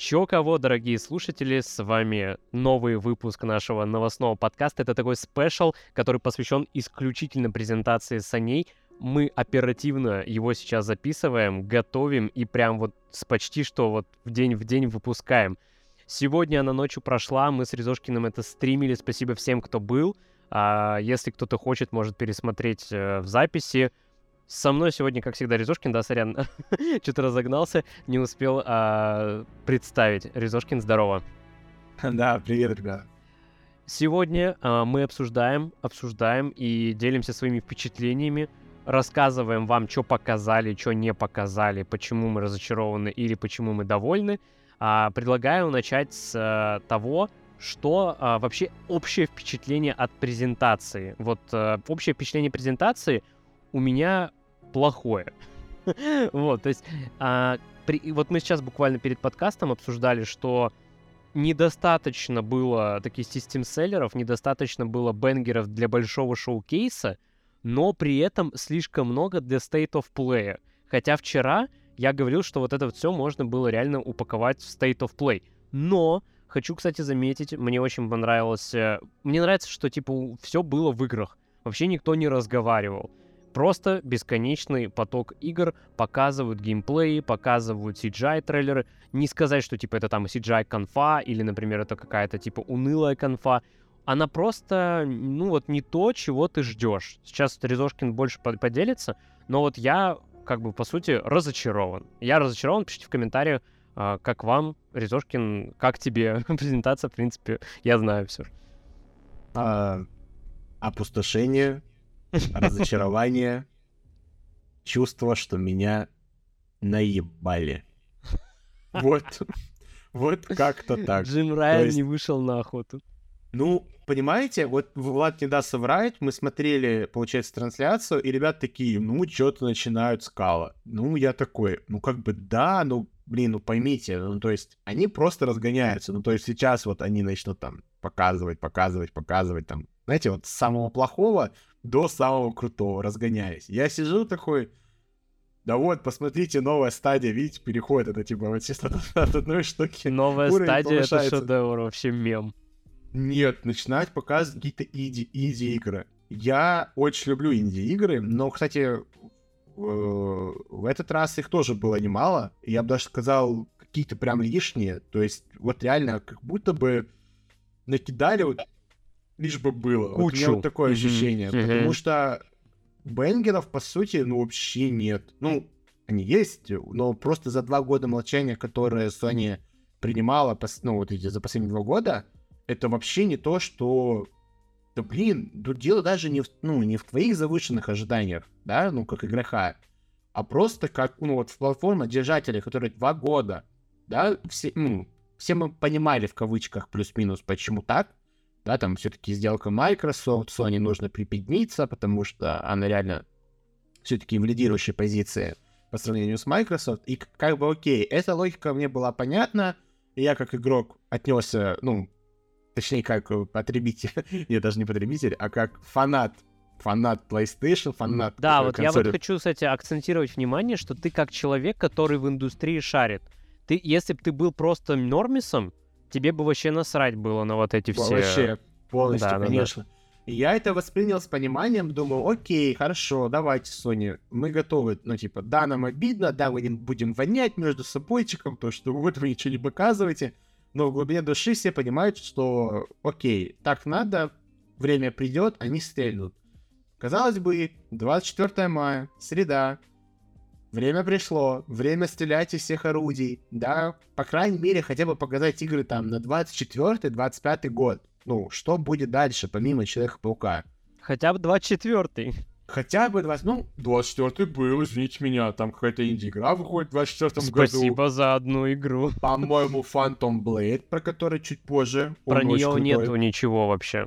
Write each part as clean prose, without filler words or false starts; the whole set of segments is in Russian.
Чё кого, дорогие слушатели, с вами новый выпуск нашего новостного подкаста. Это такой спешл, который посвящен исключительно презентации саней. Мы оперативно его сейчас записываем, готовим и прям вот почти что вот в день выпускаем. Сегодня она ночью прошла, мы с Резошкиным это стримили, спасибо всем, кто был. Если кто-то хочет, может пересмотреть в записи. Со мной сегодня, как всегда, Резошкин, да, сорян, что-то разогнался, не успел представить. Резошкин, здорово. Да, привет, ребят. Сегодня мы обсуждаем и делимся своими впечатлениями, рассказываем вам, что показали, что не показали, почему мы разочарованы или почему мы довольны. Предлагаю начать с того, что вообще общее впечатление от презентации. Вот общее впечатление презентации у меня плохое. Вот, то есть, вот мы сейчас буквально перед подкастом обсуждали, что недостаточно было таких систем-селлеров, недостаточно было бенгеров для большого шоу-кейса, но при этом слишком много для State of Play. Хотя вчера я говорил, что вот это вот все можно было реально упаковать в State of Play. Но хочу, кстати, заметить, мне очень понравилось... Мне нравится, что, типа, все было в играх. Вообще никто не разговаривал. Просто бесконечный поток игр, показывают геймплеи, показывают CGI-трейлеры. Не сказать, что, типа, это там CGI-конфа или, например, это какая-то, типа, унылая конфа. Она просто, ну, вот не то, чего ты ждешь. Сейчас Резошкин больше поделится, но вот я, как бы, по сути, разочарован. Я разочарован, пишите в комментариях, как вам, Резошкин, как тебе презентация, в принципе, я знаю все. Опустошение, разочарование, чувство, что меня наебали. Вот как-то так. Джим Райан не вышел на охоту. Ну, понимаете, вот Влад не даст соврать, мы смотрели, получается, трансляцию, и ребят такие, ну, что-то начинают скала. Ну, я такой, ну, как бы, да, ну, блин, ну, поймите, ну, то есть, они просто разгоняются, ну, то есть, сейчас вот они начнут там показывать, там, знаете, вот с самого плохого до самого крутого, разгоняясь. Я сижу такой, да вот, посмотрите, новая стадия, видите, переход, это типа вот чисто от одной штуки. Новая стадия — это шедевр, вообще мем. Нет, начинать показывать какие-то инди-игры. Я очень люблю инди-игры, но, кстати, в этот раз их тоже было немало. Я бы даже сказал, какие-то прям лишние. То есть, вот реально, как будто бы накидали вот лишь бы было. Кучу. Вот у меня вот такое ощущение. Потому что бенгеров, по сути, ну, вообще нет. Ну, они есть, но просто за 2 года молчания, которые Sony принимала, ну, вот эти за последние 2 года, это вообще не то, что... Да, блин, тут дело даже не в твоих завышенных ожиданиях, да, ну, как игрока, а просто как, ну, вот в платформа-держателе, которые 2 года, да, все мы понимали, в кавычках, плюс-минус, почему так, да, там все-таки сделка Microsoft, Sony нужно приподниться, потому что она реально все-таки в лидирующей позиции по сравнению с Microsoft, и как бы окей, эта логика мне была понятна, и я как игрок отнесся, ну, точнее, как потребитель, нет, даже не потребитель, а как фанат PlayStation, фанат да, вот консоли. Я вот хочу, кстати, акцентировать внимание, что ты как человек, который в индустрии шарит. Если бы ты был просто нормисом, тебе бы вообще насрать было на вот эти все... Вообще, полностью, да, конечно. Да. И я это воспринял с пониманием, думаю, окей, хорошо, давайте, Sony, мы готовы, ну, типа, да, нам обидно, да, мы будем вонять между собойчиком, то, что вот вы ничего не показываете, но в глубине души все понимают, что, окей, так надо, время придет, они стрельнут. Казалось бы, 24 мая, среда, время пришло, время стрелять из всех орудий, да, по крайней мере, хотя бы показать игры там на 24-25 год. Ну, что будет дальше, помимо Человека-паука? Хотя бы 24-й. Хотя бы 24-й был, извините меня, там какая-то инди-игра выходит в 24-м году. Спасибо за одну игру. По-моему, Phantom Blade, про который чуть позже. Про нее нету ничего вообще.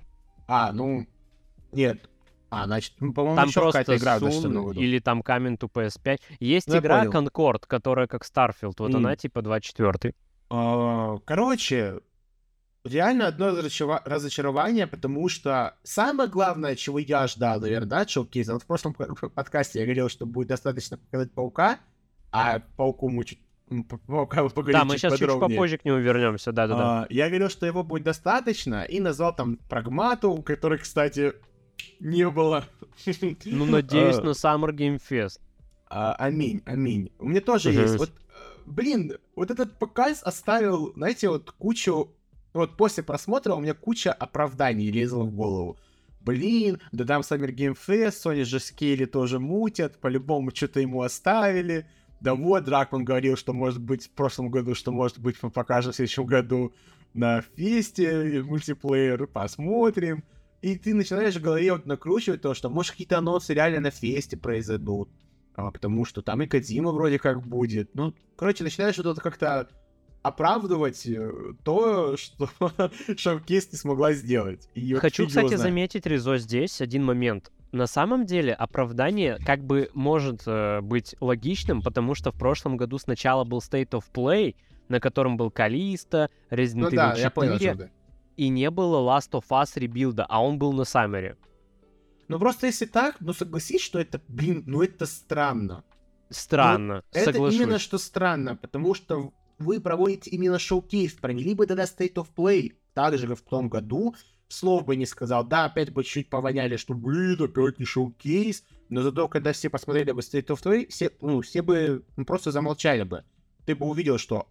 Нет. Значит, по-моему, там еще какая-то игра в Soon, или там Coming to PS5. Есть игра Concord, которая как Starfield, вот она типа 24-й. Короче, реально одно разочарование, потому что самое главное, чего я ждал, наверное, да, шоу-кейс. Вот в прошлом подкасте я говорил, что будет достаточно показать Паука, а Пауку мы чуть поговорим Да, мы чуть сейчас чуть подробнее. попозже к нему вернемся, да-да-да. Я говорил, что его будет достаточно, и назвал там Прагмату, который, кстати, не было. Ну, надеюсь, на Summer Game Fest. Аминь. У меня тоже есть. Вот, блин, вот этот показ оставил, знаете, вот кучу... Вот после просмотра у меня куча оправданий лезла в голову. Блин, да там Summer Game Fest, Sony же скейли тоже мутят, по-любому что-то ему оставили. Да вот, Дракман говорил, что может быть в прошлом году, что может быть мы покажем в следующем году на фесте мультиплеер, посмотрим. И ты начинаешь в голове вот накручивать то, что может какие-то анонсы реально на фесте произойдут. Потому что там и Кодзима вроде как будет. Ну, короче, начинаешь вот это как-то оправдывать то, что Шоукейс не смогла сделать. И Хочу, вот кстати, заметить, Резо, здесь один момент. На самом деле оправдание как бы может быть логичным, потому что в прошлом году сначала был State of Play, на котором был Калиста, Resident Evil 4, и не было Last of Us ребилда, а он был на Саммере. Ну просто если так, ну согласись, что это, блин, ну это странно. Странно, соглашусь. Это именно что странно, потому что вы проводите именно шоу-кейс, провели бы тогда State of Play, так же, как в том году, слов бы не сказал, да, опять бы чуть повоняли, что, блин, опять не шоу-кейс, но зато, когда все посмотрели бы State of Play, все бы просто замолчали бы. Ты бы увидел, что,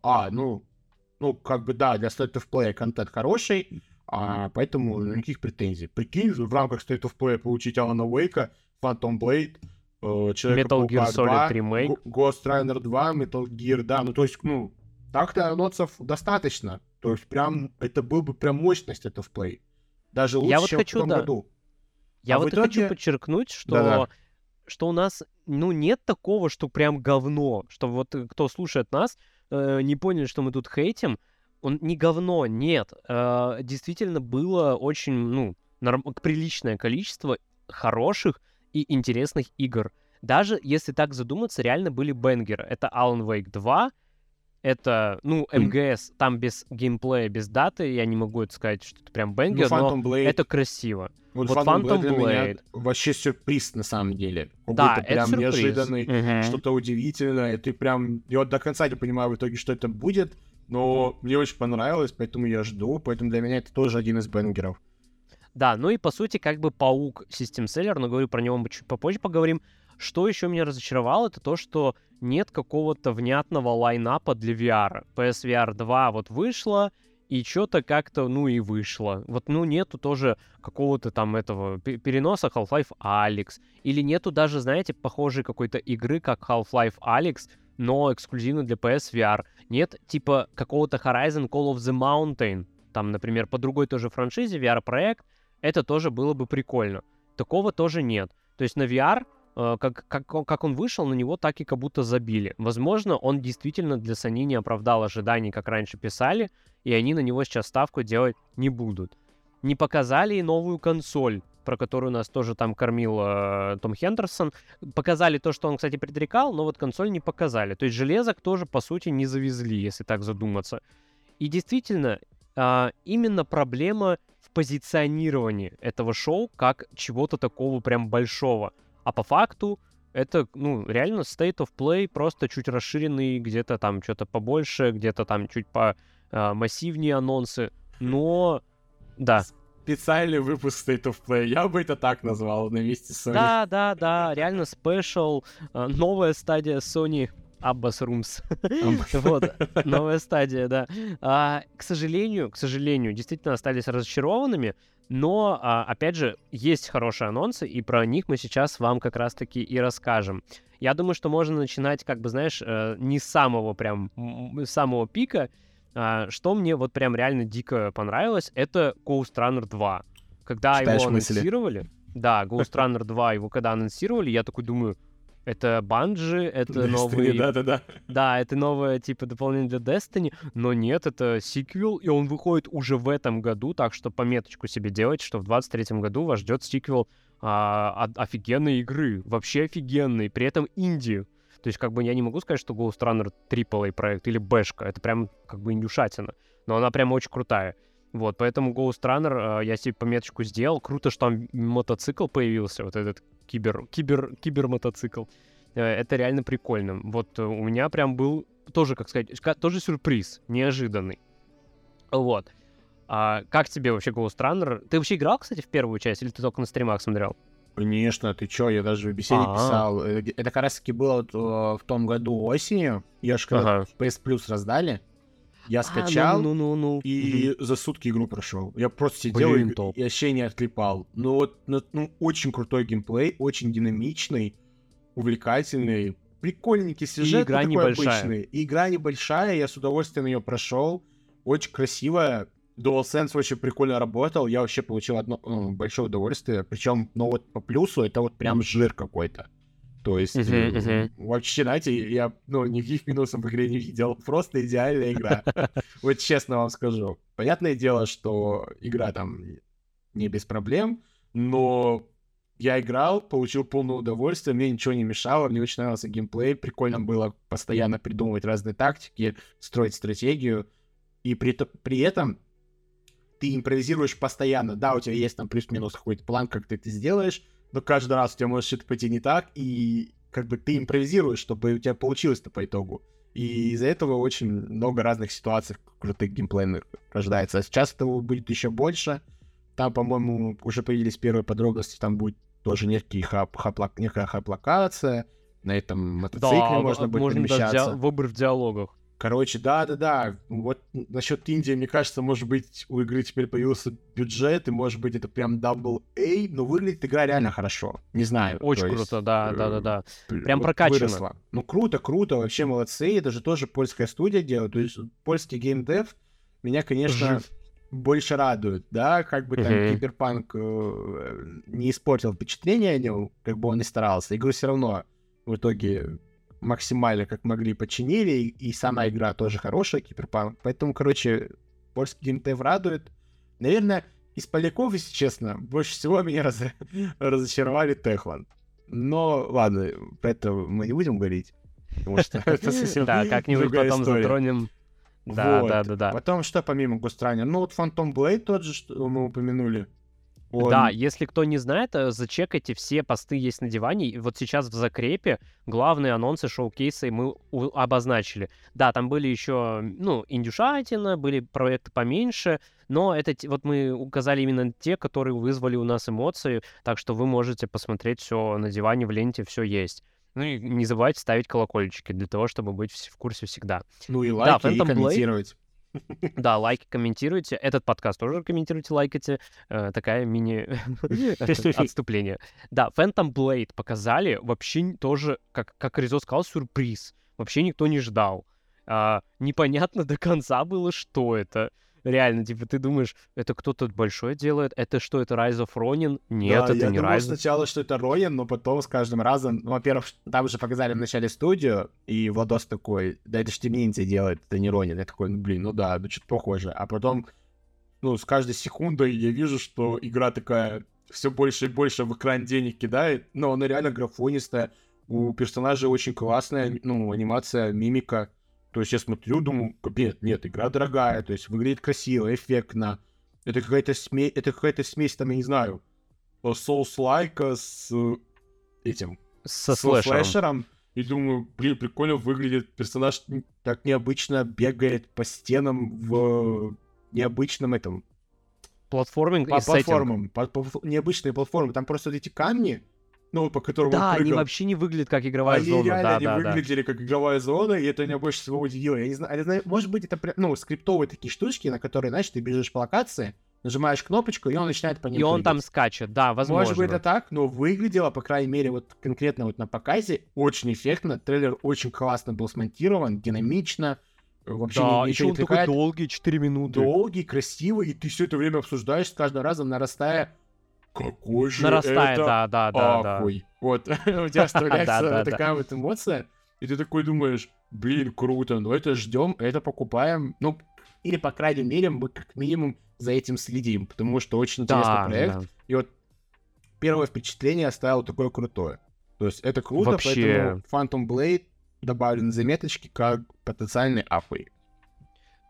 как бы, да, для State of Play контент хороший, поэтому никаких претензий. Прикинь, в рамках State of Play получить Алана Уэйка, Phantom Blade, Metal Gear Solid Remake, Ghost Runner 2, Metal Gear, да, ну, то есть, так-то анонсов достаточно. То есть, прям, это был бы прям мощность State of Play. Даже лучше, чем в том году. Я вот хочу подчеркнуть, что у нас, нет такого, что прям говно, что вот кто слушает нас, не поняли, что мы тут хейтим. Он не говно, нет. Действительно было очень, приличное количество хороших и интересных игр. Даже если так задуматься, реально были бенгеры. Это Alan Wake 2, это, МГС, там без геймплея, без даты, я не могу это сказать, что это прям бенгер, но это красиво. Вот Phantom Blade вообще сюрприз, на самом деле. Да, это прям сюрприз. Неожиданный, что-то удивительное. Ты прям... Я вот до конца не понимаю в итоге, что это будет, но мне очень понравилось, поэтому я жду, поэтому для меня это тоже один из бенгеров. Да, и по сути как бы Паук System Seller, но говорю, про него мы чуть попозже поговорим. Что еще меня разочаровало, это то, что нет какого-то внятного лайнапа для VR. PSVR 2 вот вышла, и что-то как-то, и вышло. Вот, нету тоже какого-то там этого переноса Half-Life Alyx. Или нету даже, знаете, похожей какой-то игры, как Half-Life Alyx, но эксклюзивно для PSVR. Нет, типа, какого-то Horizon Call of the Mountain, там, например, по другой тоже франшизе, VR-проект, это тоже было бы прикольно. Такого тоже нет. То есть на VR, как он вышел, на него так и как будто забили. Возможно, он действительно для Sony не оправдал ожиданий, как раньше писали, и они на него сейчас ставку делать не будут. Не показали и новую консоль, про которую нас тоже там кормил Том Хендерсон. Показали то, что он, кстати, предрекал, но вот консоль не показали. То есть железок тоже, по сути, не завезли, если так задуматься. И действительно, именно проблема в позиционировании этого шоу как чего-то такого прям большого. А по факту это, реально State of Play, просто чуть расширенный, где-то там что-то побольше, где-то там чуть массивнее анонсы, но да. Специальный выпуск State of Play, я бы это так назвал на месте Sony. Да, реально спешл, новая стадия Sony Abbas Rooms. Вот, новая стадия, да. К сожалению, действительно остались разочарованными, но, опять же, есть хорошие анонсы, и про них мы сейчас вам как раз-таки и расскажем. Я думаю, что можно начинать, как бы, знаешь, не с самого пика. Что мне вот прям реально дико понравилось, это Ghost Runner 2. Когда его анонсировали... Да, Ghost Runner 2, его когда анонсировали, я такой думаю, это Bungie, это новый... Да. Да, это новое, типа, дополнение для Destiny, но нет, это сиквел, и он выходит уже в этом году, так что пометочку себе делайте, что в 23-м году вас ждет сиквел офигенной игры, вообще офигенной, при этом инди. То есть, как бы, я не могу сказать, что Ghost Runner AAA проект или бэшка, это прям, как бы, индюшатина, но она прям очень крутая. Вот, поэтому Ghost Runner я себе пометочку сделал. Круто, что там мотоцикл появился, вот этот кибермотоцикл. Это реально прикольно. Вот у меня прям был тоже, как сказать, тоже сюрприз, неожиданный. Вот. Как тебе вообще Ghost Runner? Ты вообще играл, кстати, в первую часть, или ты только на стримах смотрел? Конечно, ты чё, я даже в беседе писал. Это как раз-таки было в том году осенью. Я же когда PS Plus раздали, я скачал и за сутки игру прошел. Я просто сидел и вообще не отклепал. Ну, очень крутой геймплей, очень динамичный, увлекательный, прикольненький сюжет, игра небольшая. обычный. Игра небольшая, я с удовольствием ее прошел. Очень красивая. DualSense очень прикольно работал, я вообще получил одно большое удовольствие, причем, ну вот по плюсу это вот прям жир какой-то. То есть, вообще, знаете, я, никаких минусов в игре не видел, просто идеальная игра. Вот честно вам скажу. Понятное дело, что игра там не без проблем, но я играл, получил полное удовольствие, мне ничего не мешало, мне очень нравился геймплей, прикольно было постоянно придумывать разные тактики, строить стратегию, и при этом ты импровизируешь постоянно. Да, у тебя есть там плюс-минус какой-то план, как ты это сделаешь, но каждый раз у тебя может что-то пойти не так, и как бы ты импровизируешь, чтобы у тебя получилось-то по итогу. И из-за этого очень много разных ситуаций крутых геймплейных рождается. А сейчас этого будет еще больше. Там, по-моему, уже появились первые подробности, там будет тоже некая хаб-локация, на этом мотоцикле можно будет перемещаться. Да, выбор в диалогах. Короче, да. Вот насчет Индии, мне кажется, может быть, у игры теперь появился бюджет, и может быть, это прям AA, но выглядит игра реально хорошо. Не знаю. Очень круто, да. Прям прокачано. Выросла. Ну, круто, вообще молодцы. Это же тоже польская студия делает. То есть польский геймдев меня, конечно, больше радует, да, как бы там Киберпанк не испортил впечатление о нем, как бы он и старался. Игру все равно в итоге максимально как могли починили, и сама игра тоже хорошая, Киберпанк. Поэтому, короче, польский геймдев радует. Наверное, из поляков, если честно, больше всего меня разочаровали Techland. Но ладно, про это мы не будем говорить, потому что это совсем да, как-нибудь потом затронем. Да. Потом что помимо Ghost Runner? Ну вот Phantom Blade тот же, что мы упомянули. Да, если кто не знает, зачекайте, все посты есть на диване. И вот сейчас в закрепе главные анонсы, шоу-кейсы мы обозначили. Да, там были еще, индюшатина, были проекты поменьше, но это вот мы указали именно те, которые вызвали у нас эмоции, так что вы можете посмотреть все на диване, в ленте все есть. Ну и не забывайте ставить колокольчики для того, чтобы быть в курсе всегда. Ну и лайки, и комментировать. Да, лайки, комментируйте. Этот подкаст тоже комментируйте, лайкайте. Такая мини-отступление. Да, Phantom Blade показали вообще тоже, как Ризо сказал, сюрприз. Вообще никто не ждал. Непонятно до конца было, что это. Реально, типа, ты думаешь, это кто-то большой делает? Это что, это Rise of Ronin? Нет, да, это не Rise. Я думал сначала, что это Ronin, но потом с каждым разом... во-первых, там уже показали в начале студию, и Владос такой, да это ж Team Ninja делает, это не Ronin. Я такой, что-то похоже. А потом, с каждой секундой я вижу, что игра такая все больше и больше в экран денег кидает, но она реально графонистая. У персонажей очень классная, анимация, мимика. То есть я смотрю, думаю, нет, игра дорогая, то есть выглядит красиво, эффектно. Это какая-то смесь, там, я не знаю, Souls-like с этим... Со слэшером. И думаю, прикольно выглядит. Персонаж так необычно бегает по стенам в необычном этом... Платформинг и платформам. Необычные платформы. Там просто вот эти камни, по которому он прыгал. Они вообще не выглядят как игровая зона. Они реально не выглядели как игровая зона, и это меня больше всего удивило. Я не знаю, может быть, это скриптовые такие штучки, на которые, знаешь, ты бежишь по локации, нажимаешь кнопочку, и он начинает по ним прыгать. Он там скачет, да, возможно. Может быть, это так, но выглядело, по крайней мере, вот конкретно вот на показе, очень эффектно. Трейлер очень классно был смонтирован, динамично. Вообще да, еще он такой долгий, 4 минуты. Долгий, красивый, и ты все это время обсуждаешь, с каждым разом нарастая. Какой же нарастает, это да. ахуй. Вот, у тебя вставляется такая вот эмоция, и ты такой думаешь, круто, это ждем, это покупаем, или, по крайней мере, мы как минимум за этим следим, потому что очень интересный проект, и вот первое впечатление оставил такое крутое. То есть это круто, поэтому Phantom Blade добавлен на заметочки как потенциальный ахуй.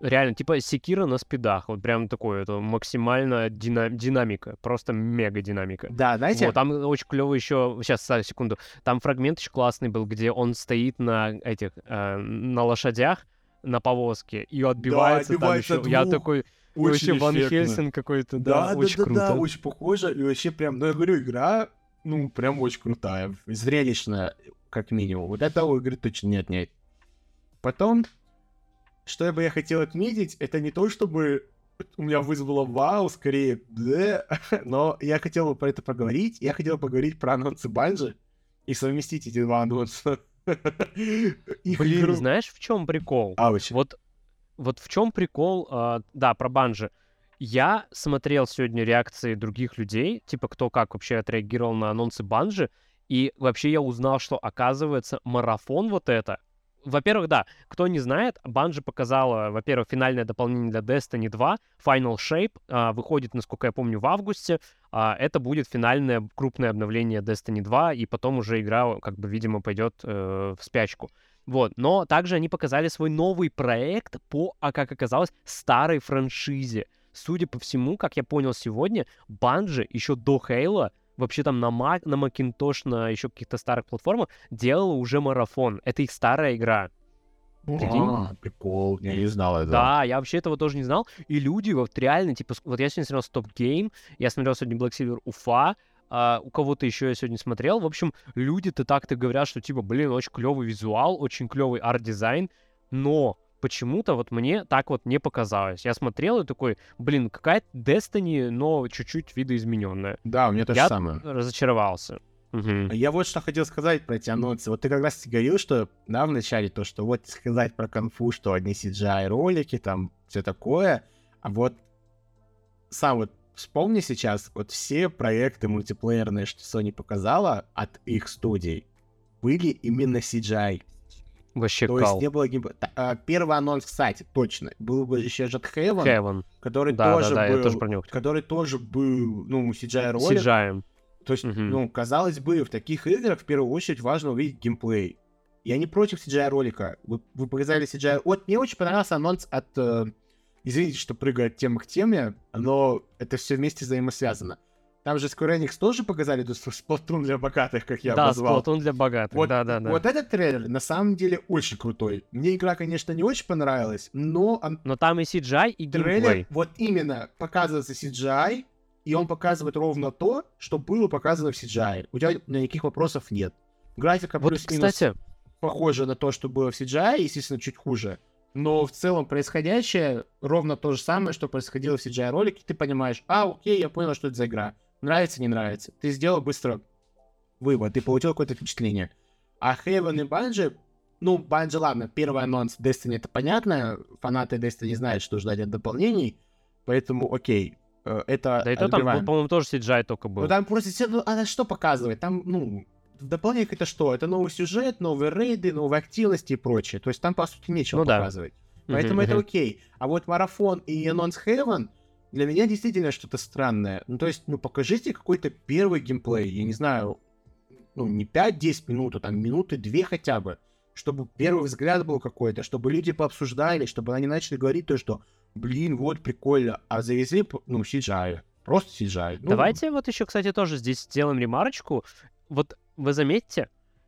Реально, типа Секира на спидах. Вот прям такое, это максимально динамика. Просто мега динамика. Да, знаете... Вот, там очень клевый еще... Сейчас, секунду. Там фрагмент еще классный был, где он стоит на на лошадях, на повозке, и отбивается, там еще... Я такой... Вообще Ван Хельсинг какой-то, да, очень круто. Да, очень похоже. И вообще прям, ну я говорю, игра, ну прям очень крутая. Зрелищная, как минимум. Вот этого у игры точно не отнять. Потом, что я хотел отметить, это не то, чтобы у меня вызвало вау, скорее, да, но я хотел бы про это поговорить. Я хотел поговорить про анонсы Bungie и совместить эти два анонса. Блин, знаешь, в чем прикол? Вот в чем прикол, да, про Bungie. Я смотрел сегодня реакции других людей, типа кто как вообще отреагировал на анонсы Bungie, и вообще я узнал, что, оказывается, марафон вот это... Во-первых, да, кто не знает, Bungie показала, во-первых, финальное дополнение для Destiny 2, Final Shape, выходит, насколько я помню, в августе. Это будет финальное крупное обновление Destiny 2, и потом уже игра, как бы, видимо, пойдет в спячку. Вот, но также они показали свой новый проект по, как оказалось, старой франшизе. Судя по всему, как я понял сегодня, Bungie еще до Halo, вообще там на Macintosh, на еще каких-то старых платформах, делала уже марафон. Это их старая игра. Прикол, я не знал этого. Да, я вообще этого тоже не знал. И люди вот реально, типа, вот я сегодня смотрел Stop Game, я смотрел сегодня Black Silver Уфа, у кого-то еще я сегодня смотрел. В общем, люди-то так-то говорят, что типа, блин, очень клевый визуал, очень клевый арт-дизайн, но почему-то вот мне так вот не показалось. Я смотрел и такой, блин, какая-то Destiny, но чуть-чуть видоизмененная. Да, у меня то же самое. Я разочаровался. Угу. Я вот что хотел сказать про эти анонсы. Вот ты как раз говорил, что, да, в начале, то, что вот сказать про конфу, что одни CGI-ролики, там, все такое, а вот сам вот вспомни сейчас, вот все проекты мультиплеерные, что Sony показала от их студий, были именно CGI. Вообще то кал. есть не было первый анонс, кстати, точно, был бы еще Jet Heaven, который тоже был, ну, CGI-ролик. CGI. То есть, ну, казалось бы, в таких играх в первую очередь важно увидеть геймплей. Я не против CGI-ролика. Вы показали CGI... Вот мне очень понравился анонс от... Извините, что прыгаю от темы к теме, но это все вместе взаимосвязано. Там же Square Enix тоже показали Splatoon для богатых, как я обозвал. Да, Splatoon для богатых, вот, да. Вот этот трейлер на самом деле очень крутой. Мне игра, конечно, не очень понравилась, но... Но там и CGI, и геймплей. Трейлер вот именно показывается CGI, и он показывает ровно то, что было показано в CGI. У тебя никаких вопросов нет. Графика вот, плюс-минус кстати, похожа на то, что было в CGI, естественно, чуть хуже. Но в целом происходящее ровно то же самое, что происходило в CGI-ролике. Ты понимаешь, окей, я понял, что это за игра. Нравится, не нравится. Ты сделал быстро вывод, ты получил какое-то впечатление. А Heaven и Bungie, ну, Bungie, ладно, первый анонс Destiny, это понятно. Фанаты Destiny знают, что ждать от дополнений. Поэтому, окей. Это да это там, по-моему, тоже CGI только был. Ну там просто все, а что показывает? Там, ну, в дополнениях это что? Это новый сюжет, новые рейды, новые активности и прочее. То есть там, по сути, нечего показывать. Поэтому это окей. А вот марафон и анонс Heaven для меня действительно что-то странное. Ну, то есть, ну, покажите какой-то первый геймплей. Я не знаю, ну, не 5-10 минут, а там минуты 2 хотя бы. Чтобы первый взгляд был какой-то, чтобы люди пообсуждали, чтобы они начали говорить то, что блин, вот прикольно, а завезли, ну, CGI, просто CGI. Ну... Давайте вот еще, кстати, тоже здесь сделаем ремарочку. Вот вы заметьте,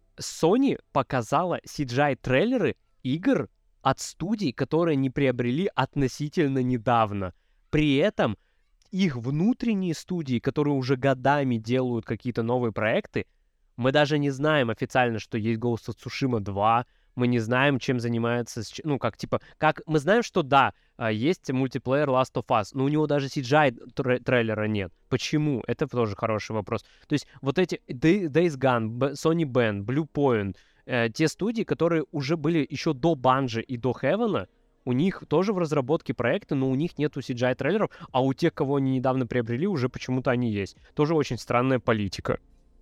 Sony показала CGI-трейлеры игр от студий, которые не приобрели относительно недавно. При этом их внутренние студии, которые уже годами делают какие-то новые проекты, мы даже не знаем официально, что есть Ghost of Tsushima 2, мы не знаем, чем занимается, ну, как, типа, как, мы знаем, что, да, есть мультиплеер Last of Us, но у него даже CGI-трейлера нет. Почему? Это тоже хороший вопрос. То есть вот эти Days Gone, Sony Band, Blue Point, те студии, которые уже были еще до Bungie и до Heaven, у них тоже в разработке проекты, но у них нету CGI-трейлеров, а у тех, кого они недавно приобрели, уже почему-то они есть. Тоже очень странная политика.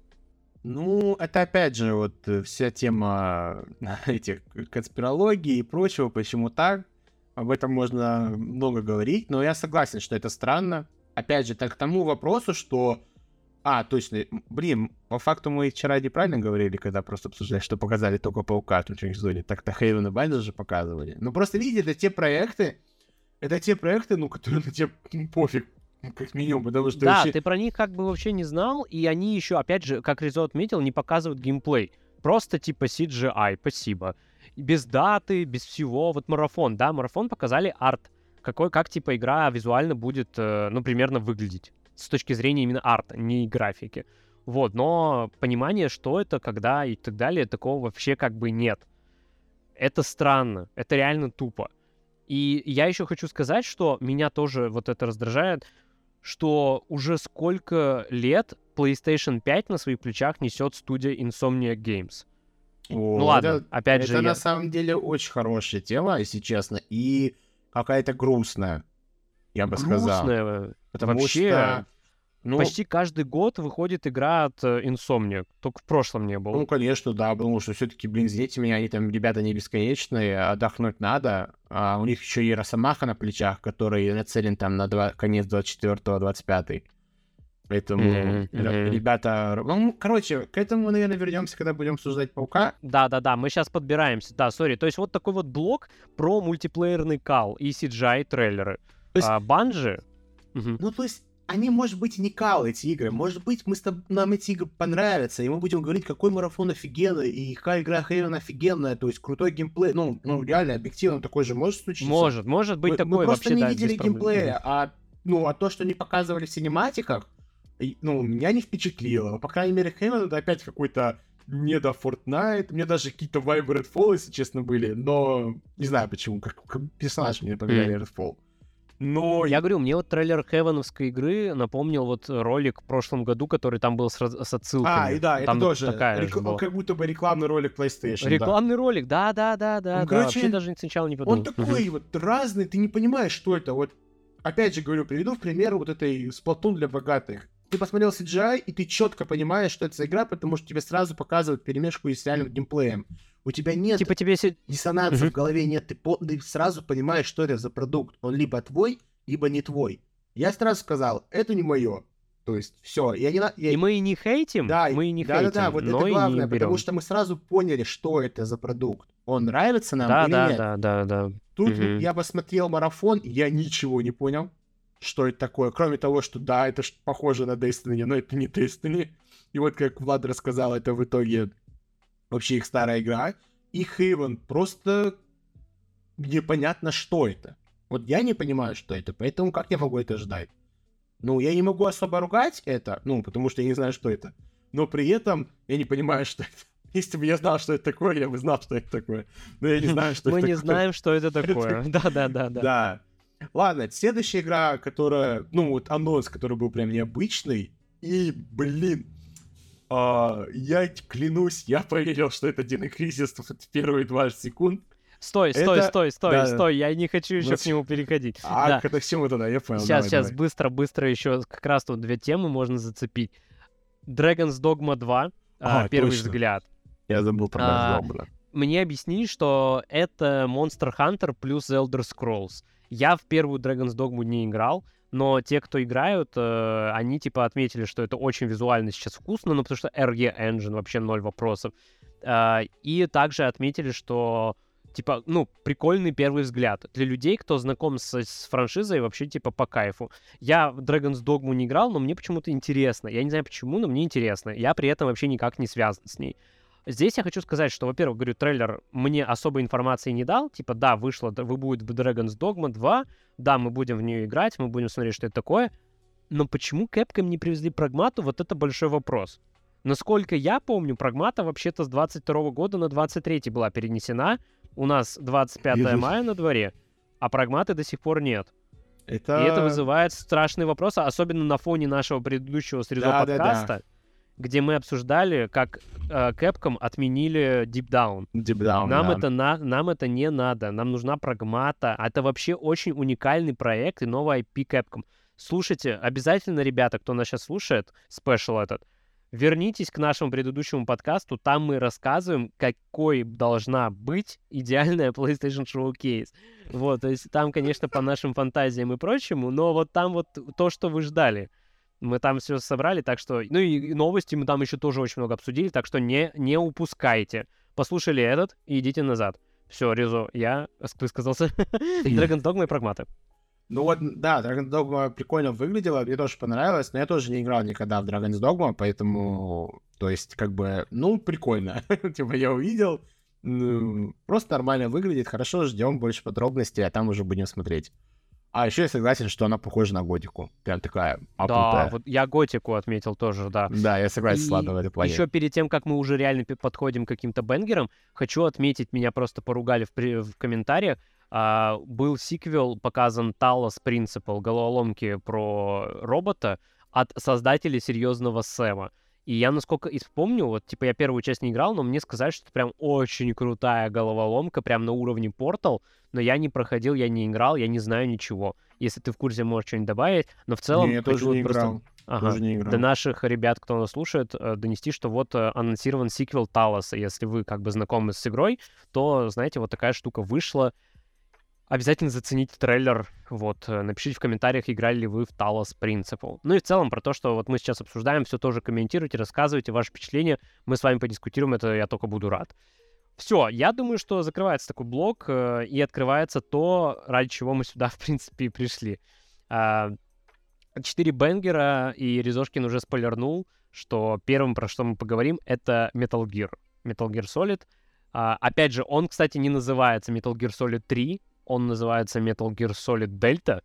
Ну, это опять же вот вся тема этих конспирологий и прочего, почему так. Об этом можно много говорить, но я согласен, что это странно. Опять же, так к тому вопросу, что... точно, блин, по факту мы вчера неправильно говорили, когда просто обсуждали, что показали только Паука в Тунчинг Зоне. Так-то Хейвен и Байдер же показывали. Ну, просто видите, это те проекты, это те проекты, ну, которые на тебе пофиг, как минимум, потому что Да, вообще... ты про них как бы вообще не знал, и они еще, опять же, как Резо отметил, не показывают геймплей. Просто типа CGI, спасибо. Без даты, без всего. Вот марафон, да, марафон показали арт. Как типа игра визуально будет, ну, примерно выглядеть. С точки зрения именно арта, не графики. Вот, но понимание, что это, когда и так далее, такого вообще как бы нет. Это странно, это реально тупо. И я еще хочу сказать, что меня тоже вот это раздражает, что уже сколько лет PlayStation 5 на своих плечах несет студия Insomniac Games. Ну ладно, опять же... Это на самом деле очень хорошая тема, если честно, и какая-то грустная, я бы сказал. Грустная. Потому вообще, что... Ну, почти каждый год выходит игра от Insomniac. Только в прошлом не было. ну, конечно, да, потому что все-таки, блин, извините меня, они там, ребята, не бесконечные, отдохнуть надо. А у них еще и Росомаха на плечах, который нацелен там на конец 24-25. Поэтому, ребята... Ну, короче, к этому, наверное, вернемся, когда будем обсуждать Паука. Да, мы сейчас подбираемся. Да, сори. То есть вот такой вот блок про мультиплеерный кал и CGI-трейлеры. Банжи... Ну, то есть, они, может быть, не кал, эти игры. Может быть, нам эти игры понравятся, и мы будем говорить, какой марафон офигенный, и какая игра Хейвен офигенная, то есть крутой геймплей. Ну, реально, объективно такое же может случиться. Может быть такое мы просто вообще, не да, видели без проблем. геймплея, а то, что они показывали в синематиках, ну, меня не впечатлило. По крайней мере, Хейвен — это опять какой-то не до Fortnite. Мне даже какие-то вайбы Redfall, если честно, были, но не знаю почему, как персонаж мне напоминали Redfall. Но... Я говорю, мне вот трейлер Хевеновской игры напомнил вот ролик в прошлом году, который там был с отсылками. И да, там это тоже такая же была. как будто бы рекламный ролик PlayStation. Рекламный ролик, да. Короче, Вообще даже сначала не подумал. Он такой вот разный, ты не понимаешь, что это. Вот, опять же говорю, приведу в пример вот этой Splatoon для богатых. Ты посмотрел CGI, и ты четко понимаешь, что это за игра, потому что тебе сразу показывают перемешку с реальным геймплеем. У тебя нет типа тебе диссонанса в голове, нет, ты сразу понимаешь, что это за продукт. Он либо твой, либо не твой. Я сразу сказал, это не мое. То есть, все. И мы и не хейтим, мы и не хейтим, да, вот это главное, потому что мы сразу поняли, что это за продукт. Он нравится нам или нет? Да. Тут я посмотрел марафон, и я ничего не понял, что это такое. Кроме того, что да, это похоже на Destiny, но это не Destiny. И вот как Влад рассказал, это в итоге вообще их старая игра. И Haven просто непонятно, что это. Вот я не понимаю, что это, поэтому как я могу это ждать? Ну, я не могу особо ругать это, потому что я не знаю, что это. Но при этом я не понимаю, что это. Если бы я знал, что это такое, я бы знал, что это такое. Но я не знаю, что это такое. Мы не знаем, что это такое. Да. Да. Ладно, следующая игра, которая... вот анонс, который был прям необычный. И, блин, я клянусь, я поверил, что это Dino Crisis в первые 20 секунд. Стой, я не хочу еще к нему переходить. Это к чему тогда, я понял. Сейчас, быстро еще как раз тут две темы можно зацепить. Dragon's Dogma 2, первый взгляд. Я забыл про Dragon's Dogma. Мне объяснили, что это Monster Hunter плюс Elder Scrolls. Я в первую Dragon's Dogma не играл, но те, кто играют, они типа отметили, что это очень визуально сейчас вкусно, потому что RE Engine, вообще 0 вопросов. И также отметили, что типа, прикольный первый взгляд. Для людей, кто знаком с франшизой, вообще, типа, по кайфу. Я в Dragon's Dogma не играл, но мне почему-то интересно. Я не знаю почему, но мне интересно. Я при этом вообще никак не связан с ней. Здесь я хочу сказать, что, во-первых, говорю, трейлер мне особой информации не дал. Типа, да, вышло, вы будете в Dragon's Dogma 2, да, мы будем в нее играть, мы будем смотреть, что это такое. Но почему Capcom не привезли Прагмату, вот это большой вопрос. Насколько я помню, Прагмата вообще-то с 22 года на 23 была перенесена. У нас 25 мая на дворе, а Прагматы до сих пор нет. И это вызывает страшные вопросы, особенно на фоне нашего предыдущего с Резо подкаста, где мы обсуждали, как Capcom отменили Deep Down. Нам это не надо, нам нужна Прагмата. Это вообще очень уникальный проект и новый IP Capcom. Слушайте, обязательно, ребята, кто нас сейчас слушает, спешл этот, вернитесь к нашему предыдущему подкасту, там мы рассказываем, какой должна быть идеальная PlayStation Showcase. Вот, то есть там, конечно, по нашим фантазиям и прочему, но вот там вот то, что вы ждали. Мы там все собрали, так что... и новости мы там еще тоже очень много обсудили, так что не упускайте. Послушали этот и идите назад. Все, Резо, я высказался. Dragon's Dogma и Прагматы. Ну вот, да, Dragon's Dogma прикольно выглядела, мне тоже понравилось, но я тоже не играл никогда в Dragon's Dogma, поэтому, то есть, как бы, ну, прикольно. Типа, я увидел, просто нормально выглядит, хорошо, ждем больше подробностей, а там уже будем смотреть. А еще я согласен, что она похожа на Готику. Прям такая Да, апнутая. вот я Готику отметил тоже, да. Да, я согласен с Ладом в этом плане. Еще перед тем, как мы уже реально подходим к каким-то бенгерам, хочу отметить, меня просто поругали в комментариях. Был сиквел, показан Talos Principle, головоломки про робота от создателей Серьезного Сэма. И я, насколько и вспомню, вот, типа, я первую часть не играл, но мне сказали, что это прям очень крутая головоломка, прям на уровне Portal, но я не проходил, я не играл, я не знаю ничего. Если ты в курсе, можешь что-нибудь добавить, но в целом... Не, я тоже не играл. Ага. Тоже не играл. До наших ребят, кто нас слушает, донести, что вот анонсирован сиквел Талоса. Если вы как бы знакомы с игрой, то, знаете, вот такая штука вышла. Обязательно зацените трейлер. Вот, напишите в комментариях, играли ли вы в Talos Principle. Ну и в целом про то, что вот мы сейчас обсуждаем, все тоже комментируйте, рассказывайте ваши впечатления. Мы с вами подискутируем, это я только буду рад. Все, я думаю, что закрывается такой блок, и открывается то, ради чего мы сюда, в принципе, и пришли. 4 бенгера, и Резошкин уже спойлернул, что первым, про что мы поговорим, это Metal Gear. Metal Gear Solid. Опять же, он, кстати, не называется Metal Gear Solid 3, он называется Metal Gear Solid Delta,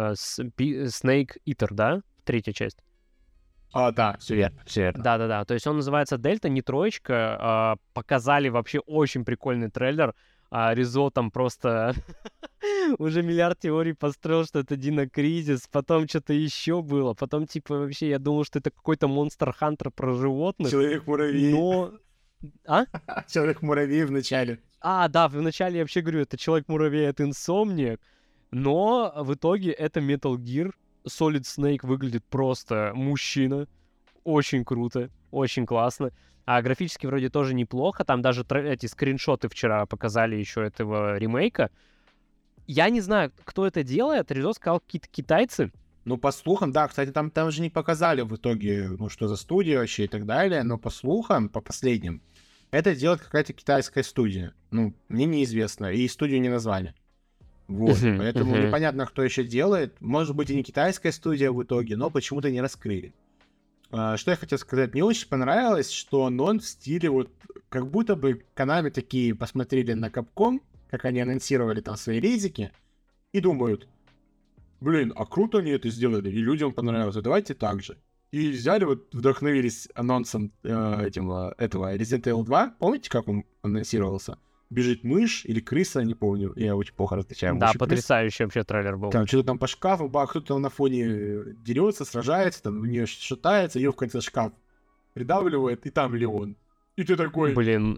Snake Eater, да? Третья часть. Да, все верно, все верно. Да-да-да, то есть он называется Дельта, не троечка. Показали вообще очень прикольный трейлер. Ризо там просто уже миллиард теорий построил, что это Dino Crisis, потом что-то еще было, потом типа вообще я думал, что это какой-то Monster Hunter про животных. Человек-муравей. Но... Человек-муравей в начале. Да, вначале я вообще говорю, это Человек-муравей, это Insomniac, но в итоге это Metal Gear. Solid Snake выглядит просто мужчина. Очень круто, очень классно. А графически вроде тоже неплохо. Там даже эти скриншоты вчера показали еще этого ремейка. Я не знаю, кто это делает. Резо сказал, какие-то китайцы. Ну, по слухам, да, кстати, там же не показали в итоге, ну, что за студия вообще и так далее, но по слухам, по последним, это делает какая-то китайская студия. Ну, мне неизвестно, и студию не назвали. Вот, поэтому непонятно, кто еще делает. Может быть, и не китайская студия в итоге, но почему-то не раскрыли. Что я хотел сказать, мне очень понравилось, что он в стиле вот, как будто бы Konami такие посмотрели на Capcom, как они анонсировали там свои резики, и думают, блин, а круто они это сделали, и людям понравилось, давайте так же. И взяли, вот вдохновились анонсом этого Resident Evil 2, помните, как он анонсировался? Бежит мышь или крыса, не помню. Я очень плохо различаю. Да, потрясающий вообще трейлер был. Там что-то там по шкафу, кто-то там на фоне дерется, сражается, там у нее шатается, ее в конце шкаф придавливает, и там Леон. И ты такой... Блин.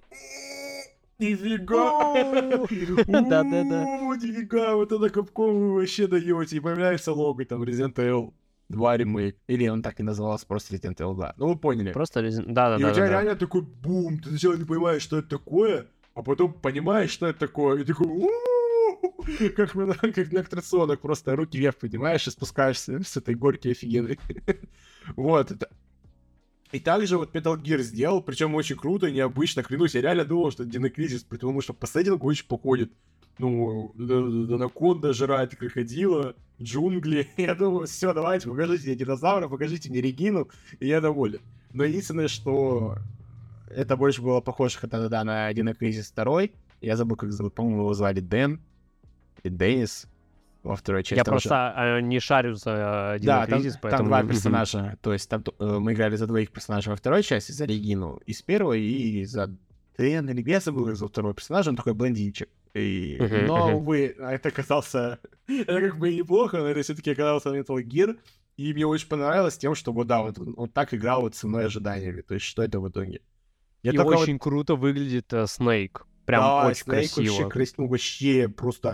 Нифига! Да-да-да. Нифига, вот это Capcom вы вообще даете. И появляется лого, там, Resident Evil 2 ремейк. Или он так и назывался, просто Resident Evil 2. Ну, вы поняли. Просто Да-да-да. И у тебя реально такой бум, ты сначала не понимаешь, что это такое, а потом понимаешь, что это такое, и такой как на аттракционах, просто руки вверх поднимаешь и спускаешься с этой горки офигенной. Вот, это. И также вот Metal Gear сделал, причем очень круто, необычно, клянусь, я реально думал, что это Dino Crisis, потому что по сеттингу очень походит. Ну, анаконда жрать крокодила, джунгли. Я думаю, все, давайте, покажите мне динозавра, покажите мне Регину, и я доволен. Но единственное, что это больше было похоже тогда на Dino Crisis 2. Я забыл, как зовут, по-моему, его звали Дэн и Деннис во второй части. Я просто не шарю за Dino Crisis, поэтому... там два персонажа, то есть там мы играли за двоих персонажей во второй части, за Регину из первой и за Дэн, или я забыл за второго персонажа, он такой блондинчик. Но, увы, это оказался... это как бы и неплохо, но это все-таки оказался Metal Gear, и мне очень понравилось тем, что вот да, вот он так играл вот с мной ожиданиями, то есть что это в итоге. И очень круто выглядит Снейк. Прям очень красиво. Вообще просто...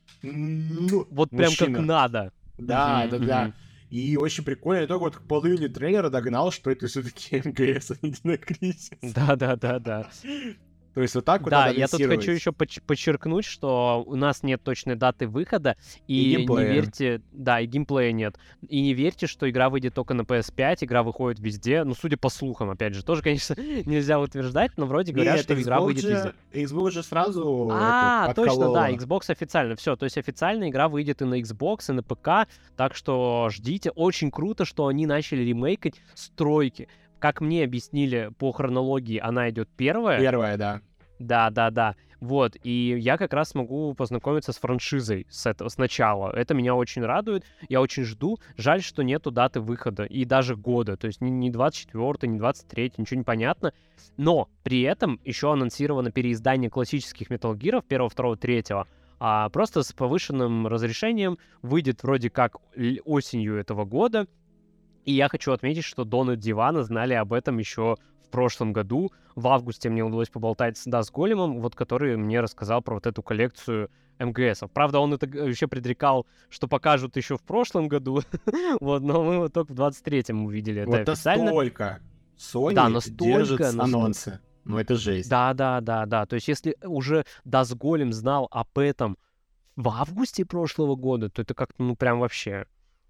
вот прям как надо. Да. И очень прикольно. Я только вот к половине трейлера догнал, что это все-таки МГС, а не Dino Crisis. Да. То есть вот так вот Да, надо я тут анонсировать. хочу еще подчеркнуть, что у нас нет точной даты выхода, И и не геймплея. верьте, да, и геймплея нет. И не верьте, что игра выйдет только на PS5, игра выходит везде. Ну, судя по слухам, опять же, тоже, конечно, нельзя утверждать, но вроде говорят, Нет, что игра Xbox выйдет везде. Xbox же сразу Точно, да, подколола. Xbox официально, все, то есть официально игра выйдет и на Xbox, и на ПК, так что ждите. Очень круто, что они начали ремейкать стройки. Как мне объяснили по хронологии, она идет первая. Первая, да. Да. Вот, и я как раз смогу познакомиться с франшизой сначала. Это меня очень радует, я очень жду. Жаль, что нету даты выхода и даже года. То есть не 24-й, не 23-й, ничего не понятно. Но при этом еще анонсировано переиздание классических Metal Gear 1, 2, 3, просто с повышенным разрешением. Выйдет вроде как осенью этого года. И я хочу отметить, что Дон и Дивана знали об этом еще в прошлом году. В августе мне удалось поболтать с Големом, вот который мне рассказал про вот эту коллекцию МГСов. Правда, он это еще предрекал, что покажут еще в прошлом году, вот, но мы вот только в 23-м увидели это Вот официально. настолько Sony держит анонсы. Ну это жесть. Да. То есть если уже Голем знал об этом в августе прошлого года, то это как-то, ну, прям вообще...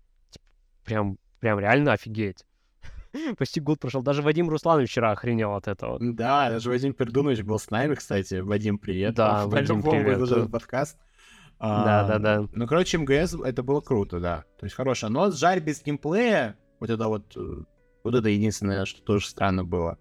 Прям реально офигеть. Почти год прошел. Даже Вадим Русланович вчера охренел от этого. Да, даже Вадим Пердунович был с нами, кстати. Вадим, привет. Да, Вадим, привет. Выложил подкаст. Да. Ну, короче, МГС, это было круто, да. То есть хороший анонс. Жаль, без геймплея. Вот это единственное, что тоже странно было.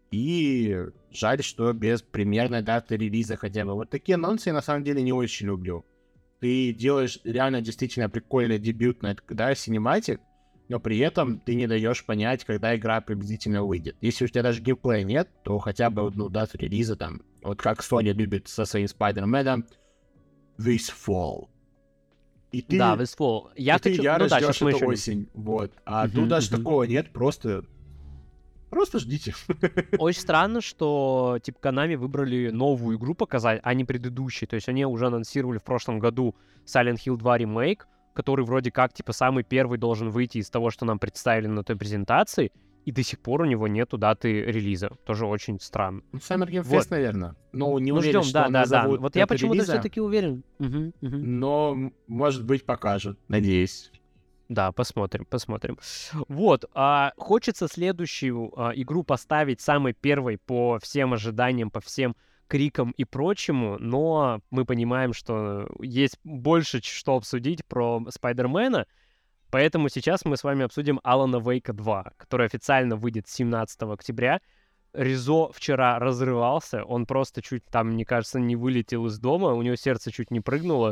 И жаль, что без примерной даты релиза хотя бы. Вот такие анонсы я на самом деле не очень люблю. Ты делаешь реально действительно прикольный дебютный, да, синематик, но при этом ты не даешь понять, когда игра приблизительно выйдет. Если у тебя даже геймплея нет, то хотя бы одну дату релиза там, вот как Sony любит со своим Spider-Man, This Fall. И ты, да, This Fall. ты яро ждешь эту осень, вот. А тут даже такого нет, просто ждите. Очень странно, что, типа, Konami выбрали новую игру показать, а не предыдущую. То есть они уже анонсировали в прошлом году Silent Hill 2 ремейк, который вроде как, типа, самый первый должен выйти из того, что нам представили на той презентации, и до сих пор у него нету даты релиза. Тоже очень странно. Summer Game Fest, наверное. Но не уверен, ждем, что он назовут. Вот я почему-то все-таки уверен. Но, может быть, покажут. Надеюсь. Да, посмотрим. Вот, хочется следующую игру поставить самой первой по всем ожиданиям, по всем крикам и прочему, но мы понимаем, что есть больше что обсудить про Спайдермена, поэтому сейчас мы с вами обсудим Алана Вейка 2, который официально выйдет 17 октября. Резо вчера разрывался, он просто чуть там, мне кажется, не вылетел из дома, у него сердце чуть не прыгнуло.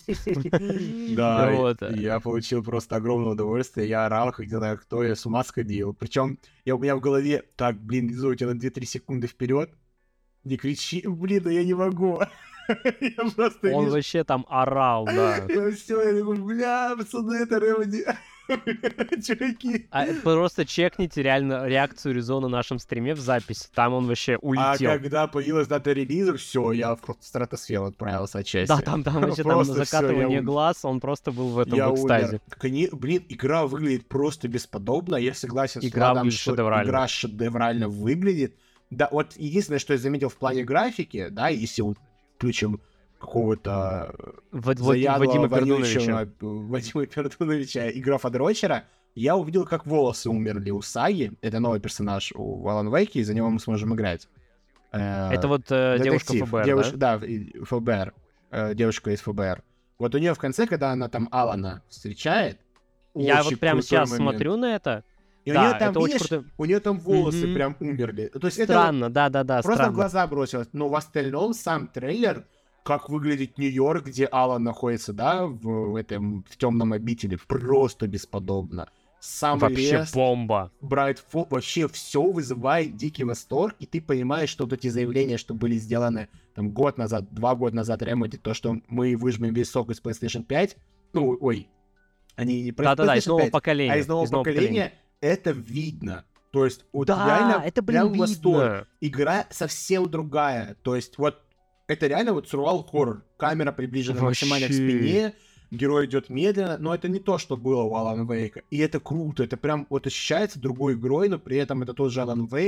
Да, я получил просто огромное удовольствие, я орал, хоть не знаю кто, я с ума сходил. Причем у меня в голове, так, блин, Резо, у тебя на 2-3 секунды вперед, не кричи, блин, да я не могу. Он вообще там орал, да. Все, я думаю, бля, пацаны, это Ремеди. Чуваки. Просто чекните реально реакцию Резо на нашем стриме в записи. Там он вообще улетел. А когда появилась дата релиза, все, я просто в стратосферу отправился отчасти. Да, там вообще там на закатывание глаз, он просто был в этом экстазе. Блин, игра выглядит просто бесподобно. Я согласен с Владом, что игра шедеврально выглядит. Да, вот единственное, что я заметил в плане графики, да, если вот включим какого-то Вадима Пердуновича и графа Дрочера, я увидел, как волосы умерли у Саги. Это новый персонаж у Алан Вейки, и за него мы сможем играть. Это вот девушка ФБР, да? Да, ФБР. Девушка из ФБР. Вот у нее в конце, когда она там Алана встречает, я вот прямо сейчас смотрю на это. И да, у нее там, видишь, у нее там волосы прям умерли. То есть странно, это да. Просто странно. в глаза бросилось. Но в остальном сам трейлер, как выглядит Нью-Йорк, где Алан находится, да, в темном обители, просто бесподобно. Сам вообще лес, бомба. Брайтфолл, вообще все вызывает дикий восторг, и ты понимаешь, что вот эти заявления, что были сделаны там год назад, 2 года назад, Remedy, то, что мы выжмем весь сок из PlayStation 5, они не про PlayStation 5, из нового поколения. А из нового поколения, это видно. То есть, вот да, реально это, прям восторг. Игра совсем другая. То есть, вот, это реально вот survival хоррор. Камера приближена максимально к спине, герой идет медленно, но это не то, что было у Алана Вейка. И это круто, это прям вот ощущается другой игрой, но при этом это тот же Алан Вейк.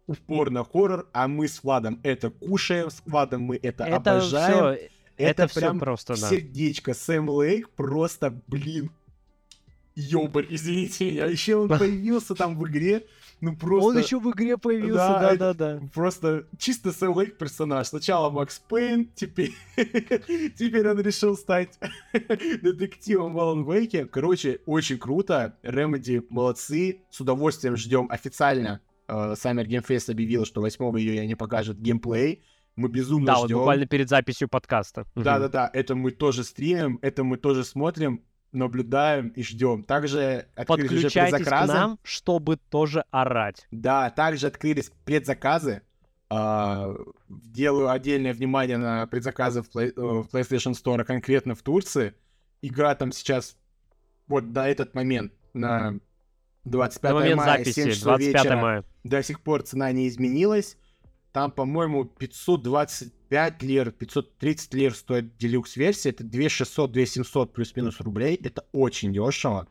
упор на хоррор, а мы с Владом это кушаем, с Владом мы это обожаем. Это прям просто, да. сердечко. Сэм Лейк просто, блин, ёбарь, извините меня. Еще он появился там в игре. Ну просто... Он еще в игре появился, да. Просто чисто Сэм Лейк персонаж. Сначала Макс Пейн, теперь он решил стать детективом в Alan Wake. Короче, очень круто. Remedy молодцы. С удовольствием ждем официально. Summer Game Fest объявил, что 8 июня они покажут геймплей. Мы безумно ждем. Да, вот буквально перед записью подкаста. Да. Это мы тоже стримим, это мы тоже смотрим, наблюдаем и ждем. Также открылись уже предзаказы. Подключайтесь к нам, чтобы тоже орать. Да, также открылись предзаказы. Делаю отдельное внимание на предзаказы в PlayStation Store, конкретно в Турции. Игра там сейчас, вот до этот момент, на 25 мая, записи, 7 часов 25 вечера, мая. до сих пор цена не изменилась. Там, по-моему, 525 лир, 530 лир стоит делюкс-версия. Это 2600, 2700 плюс-минус рублей. Это очень дешево.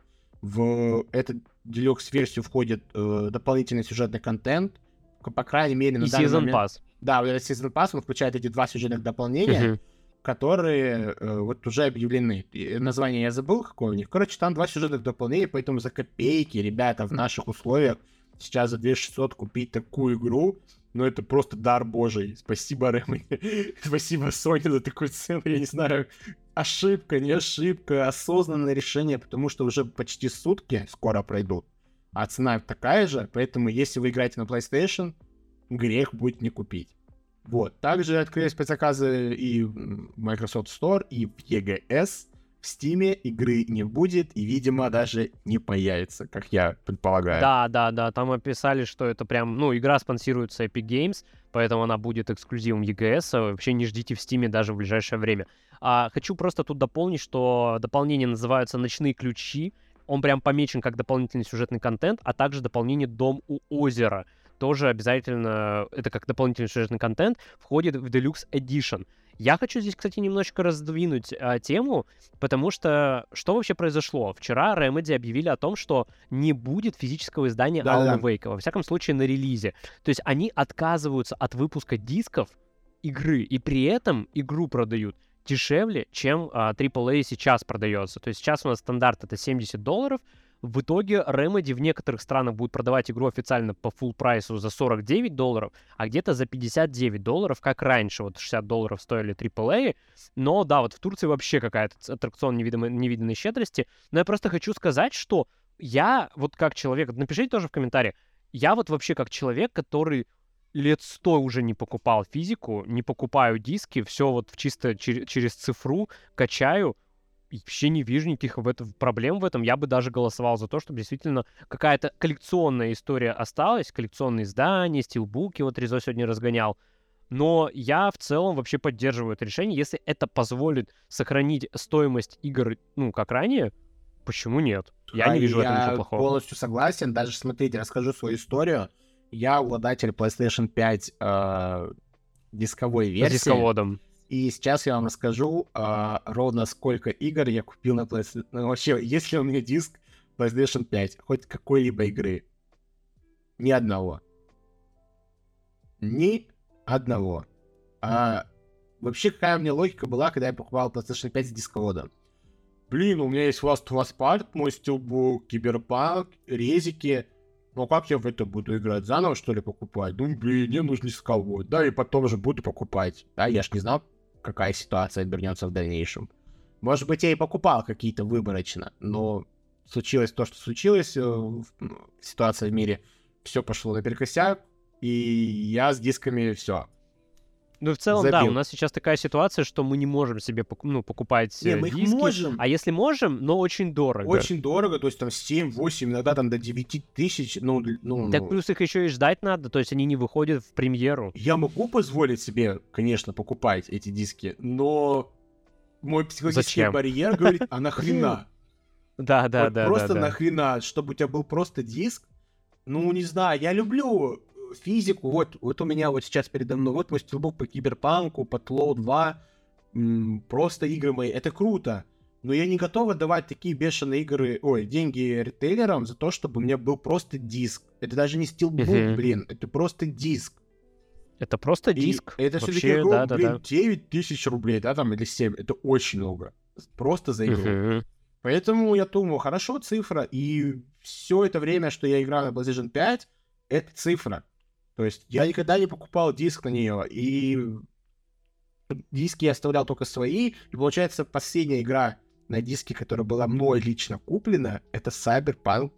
В эту делюкс-версию входит дополнительный сюжетный контент. По крайней мере, на данный момент... Season Pass. Да, вот этот Season Pass, он включает эти 2 сюжетных дополнения, которые вот уже объявлены. Название я забыл, какое у них. Короче, там 2 сюжетных дополнения, поэтому за копейки, ребята, в наших условиях сейчас за 2600 купить такую игру, ну, это просто дар божий. Спасибо, Remedy. Спасибо, Sony, за такую цену. Я не знаю, ошибка, не ошибка, осознанное решение, потому что уже почти сутки скоро пройдут. А цена такая же, поэтому если вы играете на PlayStation, грех будет не купить. Вот. Также открылись предзаказы и в Microsoft Store, и в EGS. В Steam игры не будет и, видимо, даже не появится, как я предполагаю. Да, там описали, что это прям, игра спонсируется Epic Games, поэтому она будет эксклюзивом EGS, вообще не ждите в Steam даже в ближайшее время. Хочу просто тут дополнить, что дополнение называется «Ночные ключи», он прям помечен как дополнительный сюжетный контент, а также дополнение «Дом у озера». Тоже обязательно, это как дополнительный сюжетный контент, входит в Deluxe Edition. Я хочу здесь, кстати, немножечко раздвинуть тему, потому что что вообще произошло? Вчера Remedy объявили о том, что не будет физического издания Alan Wake, во всяком случае на релизе. То есть они отказываются от выпуска дисков игры, и при этом игру продают дешевле, чем AAA сейчас продается. То есть сейчас у нас стандарт это $70. В итоге Remedy в некоторых странах будет продавать игру официально по full прайсу за $49, а где-то за $59, как раньше. Вот $60 стоили AAA. Но да, вот в Турции вообще какая-то аттракцион невиданной щедрости. Но я просто хочу сказать, что я вот как человек, напишите тоже в комментариях, я вот вообще как человек, который лет 100 уже не покупал физику, не покупаю диски, все вот чисто через цифру качаю, и вообще не вижу никаких проблем в этом. Я бы даже голосовал за то, чтобы действительно какая-то коллекционная история осталась, коллекционные издания, стилбуки, вот Резо сегодня разгонял. Но я в целом вообще поддерживаю это решение. Если это позволит сохранить стоимость игр, как ранее, почему нет? Я не вижу в этом ничего плохого. Я полностью согласен. Даже, смотрите, расскажу свою историю. Я обладатель PlayStation 5 дисковой версии. С дисководом. И сейчас я вам расскажу ровно сколько игр я купил на PlayStation. Вообще, есть ли у меня диск PlayStation 5, хоть какой-либо игры? Ни одного. Ни одного. Вообще, какая у меня логика была, когда я покупал PlayStation 5 с дисководом? Блин, у меня есть Last of Us Part, мой стилбук, Киберпанк, резики. Ну как я в это буду играть? Заново, что ли, покупать? Ну, блин, мне нужен дисковод. Да, и потом же буду покупать. Да, я ж не знал, какая ситуация обернется в дальнейшем. Может быть, я и покупал какие-то выборочно, но случилось то, что случилось, ситуация в мире, все пошло наперекосяк, и я с дисками все. Ну, в целом, забил. Да, у нас сейчас такая ситуация, что мы не можем себе покупать мы диски. Их можем. А если можем, но очень дорого. Очень дорого, то есть там 7, 8, иногда там до 9 тысяч. Так плюс их еще и ждать надо, то есть они не выходят в премьеру. Я могу позволить себе, конечно, покупать эти диски, но мой психологический барьер говорит, а нахрена? Да. Просто нахрена, чтобы у тебя был просто диск? Ну, не знаю, я люблю физику, вот у меня вот сейчас передо мной, вот мой стилбук по Киберпанку, по Тлоу 2, просто игры мои, это круто, но я не готов отдавать такие бешеные деньги ритейлерам за то, чтобы у меня был просто диск. Это даже не стилбук, блин, это просто диск. Это просто диск. И это все-таки игру, 9 тысяч рублей, да, там, или 7, это очень много. Просто за игру. Поэтому я думаю, хорошо, цифра, и все это время, что я играл на PlayStation 5, это цифра. То есть я никогда не покупал диск на нее, и диски я оставлял только свои, и получается последняя игра на диске, которая была мной лично куплена, это Cyberpunk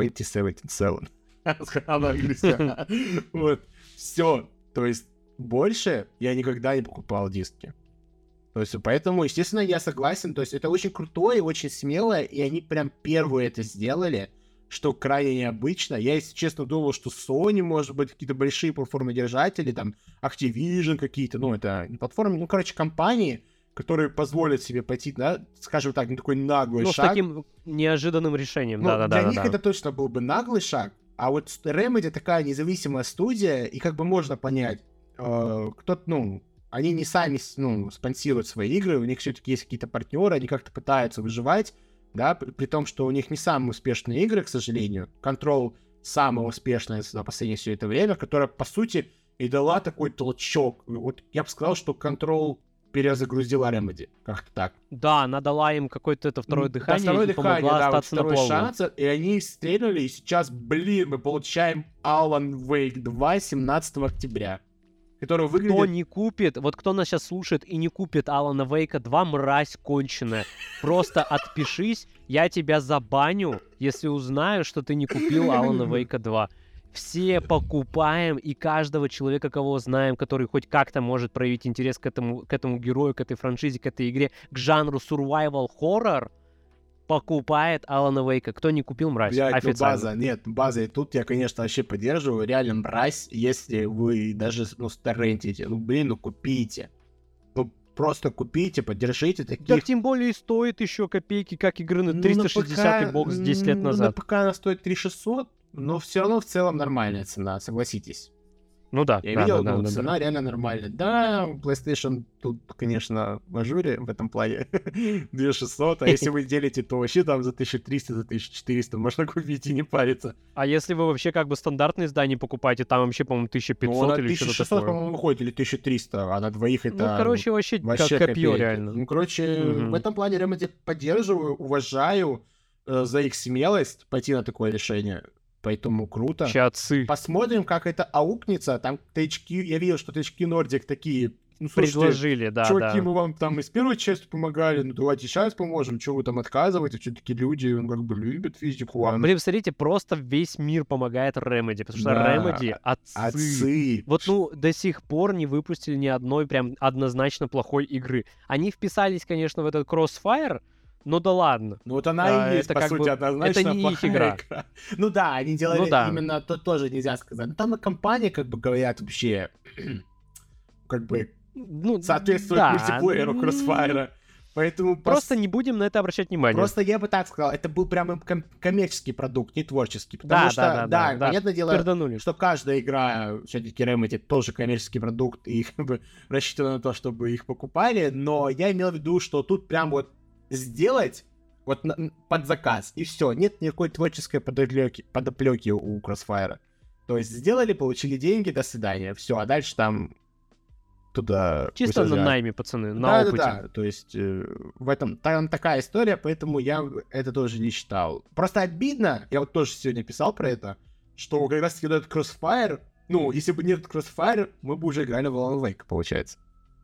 2077. Она английская. Вот, все. То есть больше я никогда не покупал диски. То есть поэтому, естественно, я согласен. То есть это очень крутое, очень смелое, и они прям первые это сделали, что крайне необычно. Я, если честно, думал, что Sony, может быть, какие-то большие платформодержатели, там, Activision какие-то, ну, это не платформы, ну, короче, компании, которые позволят себе пойти, да, скажем так, на такой наглый шаг. Ну, с таким неожиданным решением, да-да-да. Для них это точно был бы наглый шаг, а вот Remedy такая независимая студия, и как бы можно понять, кто-то, ну, они не сами, ну, спонсируют свои игры, у них все-таки есть какие-то партнеры, они как-то пытаются выживать, да, при том, что у них не самые успешные игры, к сожалению. Control самая успешная за последнее все это время, которая, по сути, и дала такой толчок. Вот я бы сказал, что Control перезагрузила Remedy, как-то так. Да, она дала им какое-то это второе дыхание, да, второе и дыхание, помогла да, остаться вот на плаву. шанс, и они стрельнули, и сейчас, блин, мы получаем Alan Wake 2 17 октября. Который выглядит... Кто не купит, вот кто нас сейчас слушает и не купит Алана Вейка 2, мразь конченая. Просто отпишись, я тебя забаню, если узнаю, что ты не купил Алана Вейка 2. Все покупаем, и каждого человека, кого знаем, который хоть как-то может проявить интерес к этому герою, к этой франшизе, к этой игре, к жанру survival horror, покупает Алана Вейка. Кто не купил, мразь? Блядь, официально. База, и тут я, конечно, вообще поддерживаю. Реально мразь, если вы даже, ну, сторрентите. Ну, блин, ну, купите. Ну, просто купите, поддержите таких. Так тем более и стоит еще копейки, как игры на 360 бокс 10 лет назад. На ПК она стоит 3600, но все равно в целом нормальная цена, согласитесь. Ну да. Я видел, цена реально нормальная. Да, PlayStation тут, конечно, в ажуре в этом плане. 2600, а если вы делите, то вообще там за 1300, за 1400 можно купить и не париться. А если вы вообще как бы стандартные издания покупаете, там вообще, по-моему, 1500 или что-то такое. 1600, по-моему, выходит, или 1300, а на двоих это... Ну, короче, вообще как копье реально. Ну, короче, в этом плане Remedy поддерживаю, уважаю за их смелость пойти на такое решение. Поэтому круто. Чацы. Посмотрим, как это аукнется. Там THQ, я видел, что THQ Nordic такие... Ну, слушайте, предложили, да, чуваки, да. мы вам там из первой части помогали, ну давайте сейчас поможем, что вы там отказываете, все-таки люди, ну, как бы любят физику. Блин, смотрите, просто весь мир помогает Remedy, потому что Remedy отцы. Вот, ну, до сих пор не выпустили ни одной прям однозначно плохой игры. Они вписались, конечно, в этот Crossfire, ну да ладно. Ну вот она и есть, по сути, однозначно это не их игра. Ну да, они делали именно то, тоже нельзя сказать. Но там на компании, как бы говорят, вообще, как бы, соответствует мультиплееру Crossfire. Поэтому просто не будем на это обращать внимание. Просто я бы так сказал, это был прям коммерческий продукт, не творческий. Потому что, понятное дело, что каждая игра, все-таки Remedy тоже коммерческий продукт, и как бы рассчитана на то, чтобы их покупали, но я имел в виду, что тут прям вот сделать вот под заказ, и все, нет никакой творческой подоплеки у Crossfire. То есть сделали, получили деньги, до свидания, все, а дальше там туда... Чисто на найме, пацаны, на опыте. Да, то есть в этом там такая история, поэтому я это тоже не считал. Просто обидно, я вот тоже сегодня писал про это, что как раз таки этот Crossfire, ну, если бы нет Crossfire, мы бы уже играли в Alan Wake, получается.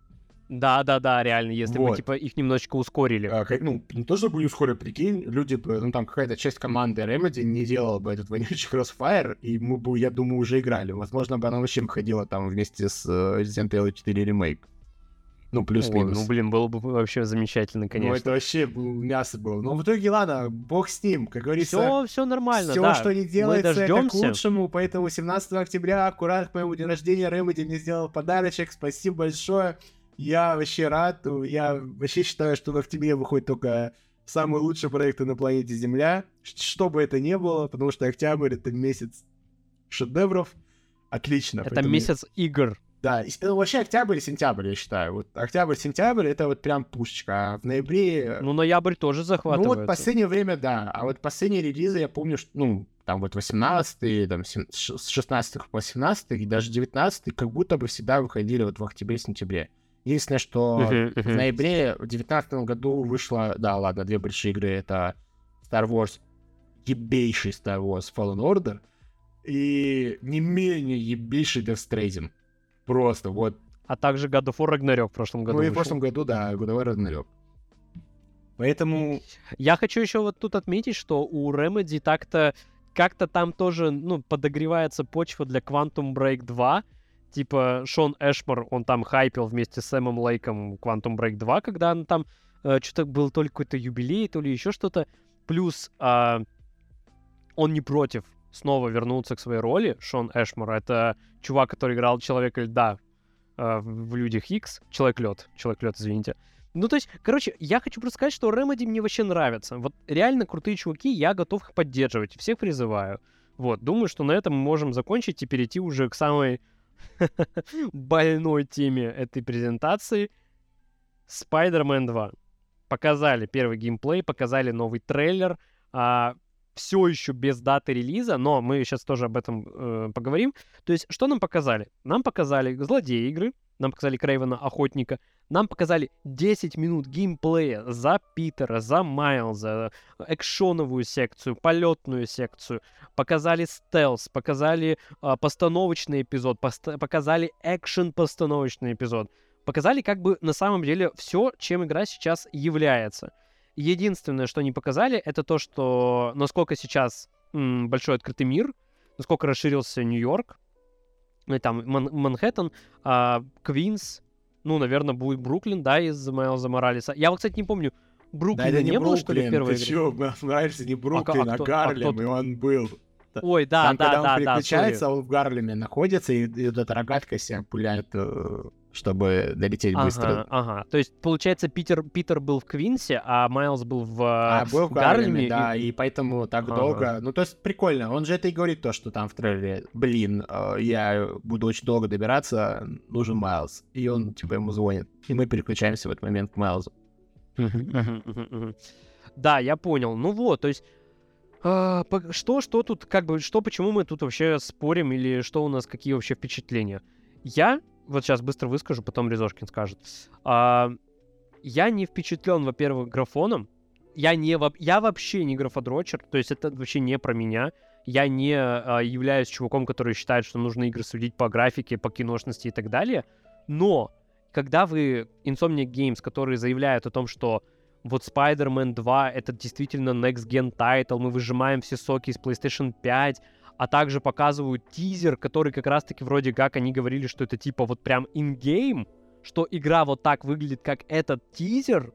Да, реально, если бы, типа, их немножечко ускорили. Ну, не то, чтобы ускорили, прикинь, люди, ну, там какая-то часть команды Remedy не делала бы этот вонючий Crossfire, и мы бы, я думаю, уже играли. Возможно, бы она вообще выходила там вместе с Resident Evil 4 Remake. Ну, плюс-минус. Ну, блин, было бы вообще замечательно, конечно. Ну, это вообще мясо было. Но в итоге, ладно, бог с ним, как говорится. Все нормально, всё, да. Что не делается, это к лучшему, поэтому 17 октября, аккурат к моему дню рождения, Remedy мне сделал подарочек, спасибо большое. Я вообще рад, я вообще считаю, что в октябре выходят только самые лучшие проекты на планете Земля, что бы это ни было, потому что октябрь — это месяц шедевров, отлично. Это месяц игр. Да, вообще октябрь и сентябрь, я считаю. Вот октябрь-сентябрь — это вот прям пушечка. А в ноябре... Ну, ноябрь тоже захватывается. Ну, вот в последнее время, да. А вот последние релизы, я помню, что, ну, там вот 18-й, там, с 16 по 18 и даже 19 как будто бы всегда выходили вот в октябре-сентябре. Единственное, что в ноябре в 19 году вышло, да, ладно, две большие игры. Это Star Wars, ебейший Star Wars Fallen Order и не менее ебейший Death Stranding. Просто вот. А также God of War Ragnarok в прошлом году Ну и в вышел. прошлом году, да, God of War Ragnarok. Поэтому... Я хочу еще вот тут отметить, что у Remedy как-то там тоже, ну, подогревается почва для Quantum Break 2. Типа Шон Эшмор, он там хайпил вместе с Сэмом Лейком Quantum Break 2, когда он там что-то был то ли какой-то юбилей, то ли еще что-то. Плюс он не против снова вернуться к своей роли. Шон Эшмор — это чувак, который играл Человека Льда в Людях Икс. Человек-лед, извините. Ну, то есть, короче, я хочу просто сказать, что Remedy мне вообще нравятся. Вот реально крутые чуваки, я готов их поддерживать. Всех призываю. Вот, думаю, что на этом мы можем закончить и перейти уже к самой больной теме этой презентации. Spider-Man 2. Показали первый геймплей, показали новый трейлер. Все еще без даты релиза, но мы сейчас тоже об этом поговорим. То есть, что нам показали? Нам показали злодея игры, нам показали Крейвена Охотника, нам показали 10 минут геймплея за Питера, за Майлза, экшоновую секцию, полетную секцию, показали стелс, показали постановочный эпизод, показали экшен-постановочный эпизод. Показали как бы на самом деле все, чем игра сейчас является. Единственное, что не показали, это то, что насколько сейчас большой открытый мир, насколько расширился Нью-Йорк, там Манхэттен, Квинс, ну, наверное, будет Бруклин, да, из Майлза Моралеса. Я вот, кстати, не помню, Бруклина не было, что ли, в первой игре? Ты чё, Майлз не Бруклин, а Гарлем, и он был. Ой, да, там, да, когда да, он переключается, он в Гарлеме находится, и вот эта рогатка себя пуляет, чтобы долететь быстро. Ага. То есть, получается, Питер был в Квинсе, а Майлз был в был в Гарлеме, Гарлеме, да, и поэтому так долго... Ну, то есть, прикольно. Он же это и говорит, то, что там в трейлере. Блин, я буду очень долго добираться, нужен Майлз. И он, типа, ему звонит. И мы переключаемся в этот момент к Майлзу. Да, я понял. Ну вот, то есть... Что тут, как бы, почему мы тут вообще спорим, или что у нас, какие вообще впечатления? Я вот сейчас быстро выскажу, потом Резошкин скажет. Я не впечатлен, во-первых, графоном. Я вообще не графодрочер, то есть это вообще не про меня. Я не являюсь чуваком, который считает, что нужно игры судить по графике, по киношности и так далее. Но когда вы Insomniac Games, которые заявляют о том, что вот Spider-Man 2 это действительно next-gen title, мы выжимаем все соки из PlayStation 5, а также показывают тизер, который как раз-таки вроде как они говорили, что это типа вот прям in-game, что игра вот так выглядит, как этот тизер.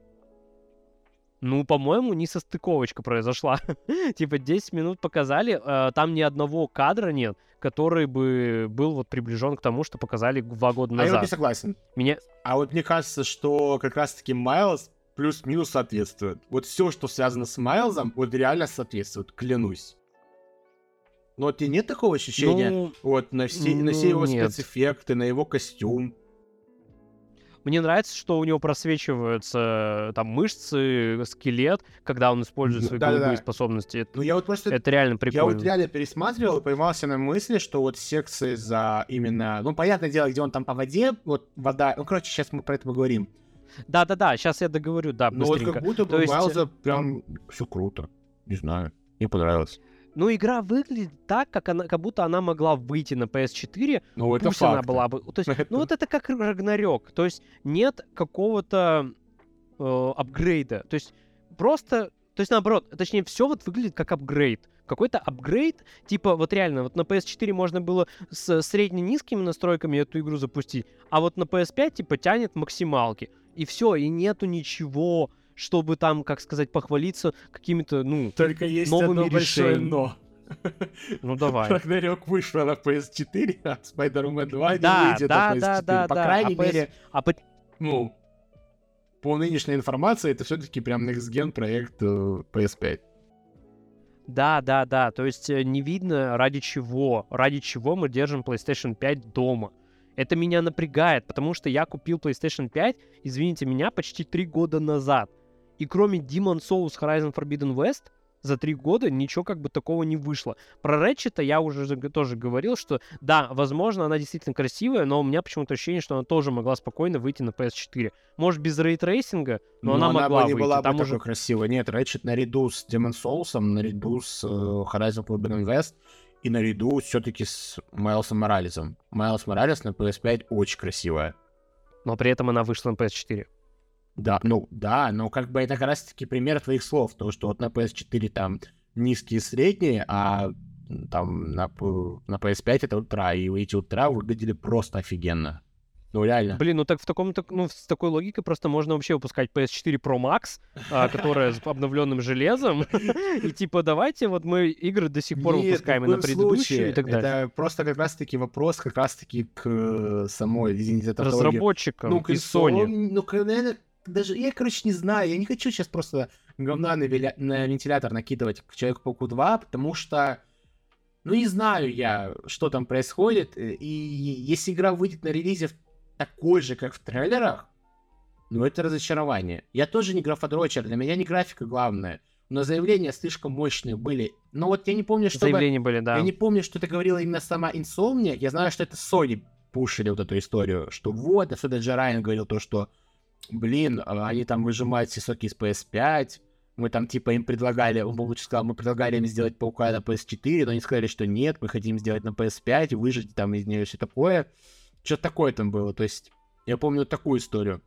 Ну, по-моему, несостыковочка произошла. Типа 10 минут показали, там ни одного кадра нет, который бы был вот приближен к тому, что показали 2 года назад. А я вот не согласен. А вот мне кажется, что как раз-таки Майлз плюс-минус соответствует. Вот все, что связано с Майлзом, вот реально соответствует, клянусь. Но вот тебе нет такого ощущения, вот, на все его спецэффекты, на его костюм? Мне нравится, что у него просвечиваются там мышцы, скелет, когда он использует свои голубые способности. Ну, я вот просто... Это реально прикольно. Я вот реально пересматривал и поймался на мысли, что вот секции за именно... Ну, понятное дело, где он там по воде, вот вода... Ну, короче, сейчас мы про это поговорим. Да-да-да, сейчас я договорю, да, быстренько. Ну, вот как будто бы Майлза прям все круто. Не знаю, мне понравилось. Ну, игра выглядит так, как будто она могла выйти на PS4. Ну, это пусть факт. Она была бы... То есть, ну, вот это как Рагнарёк. То есть, нет какого-то апгрейда. То есть, просто... То есть, наоборот, точнее, все вот выглядит как апгрейд. Какой-то апгрейд, типа, вот реально, вот на PS4 можно было с средне-низкими настройками эту игру запустить, а вот на PS5, типа, тянет максималки. И все, и нету ничего, чтобы там, как сказать, похвалиться какими-то, ну, только есть новыми одно большое решениями. но. Ну, давай. Рагнарёк вышла на PS4, а Spider-Man 2 не выйдет на PS4. По крайней мере, ну, по нынешней информации, это все-таки прям next-gen проект PS5. Да, то есть не видно, ради чего мы держим PlayStation 5 дома. Это меня напрягает, потому что я купил PlayStation 5, извините меня, почти 3 года назад. И кроме Demon's Souls Horizon Forbidden West, за 3 года ничего как бы такого не вышло. Про Ratchet я уже тоже говорил, что да, возможно, она действительно красивая, но у меня почему-то ощущение, что она тоже могла спокойно выйти на PS4. Может, без рейтрейсинга, но она могла не выйти. была Там бы уже такой красивой. Нет, Ratchet наряду с Demon's Souls, наряду с Horizon Forbidden West и наряду все-таки с Майлсом Моралесом. Майлз Моралес на PS5 очень красивая. Но при этом она вышла на PS4. Да, но как бы это как раз-таки пример твоих слов, то, что вот на PS4 там низкие и средние, а там на PS5 это ультра, и эти ультра выглядели просто офигенно. Ну, реально. Блин, ну так с такой логикой просто можно вообще выпускать PS4 Pro Max, которая с обновленным железом, и типа давайте вот мы игры до сих пор выпускаем и на предыдущие и так далее. Это просто как раз-таки вопрос как раз-таки к самой, извините, это разработчикам и Sony. Ну, наверное, даже, я, короче, не знаю, я не хочу сейчас просто говна на вентилятор накидывать к Человеку-пауку 2, потому что, ну, не знаю я, что там происходит, и если игра выйдет на релизе такой же, как в трейлерах, ну, это разочарование. Я тоже не графодрочер, для меня не графика главное, но заявления слишком мощные были. Но вот я не помню, что... Заявления были, да. Я не помню, что это говорила именно сама Insomniac, я знаю, что это Sony пушили вот эту историю, что вот, особенно Джо Райан говорил то, что блин, они там выжимают все соки из PS5, мы там типа им предлагали, он лучше сказал, мы предлагали им сделать Паука на PS4, но они сказали, что нет, мы хотим сделать на PS5, выжить там из нее все такое. Что-то такое там было, то есть я помню такую историю.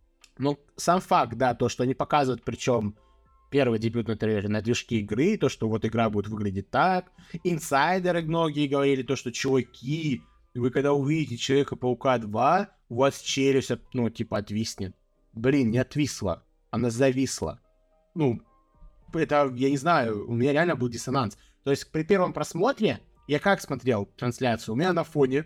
Но сам факт, да, то, что они показывают, причем первый дебютный трейлер на движке игры, то, что вот игра будет выглядеть так. Инсайдеры многие говорили то, что чуваки, вы когда увидите Человека-паука 2, у вас челюсть, ну, типа, отвиснет. Блин, не отвисла, она зависла. Ну, это, я не знаю, у меня реально был диссонанс. То есть при первом просмотре я как смотрел трансляцию? У меня на фоне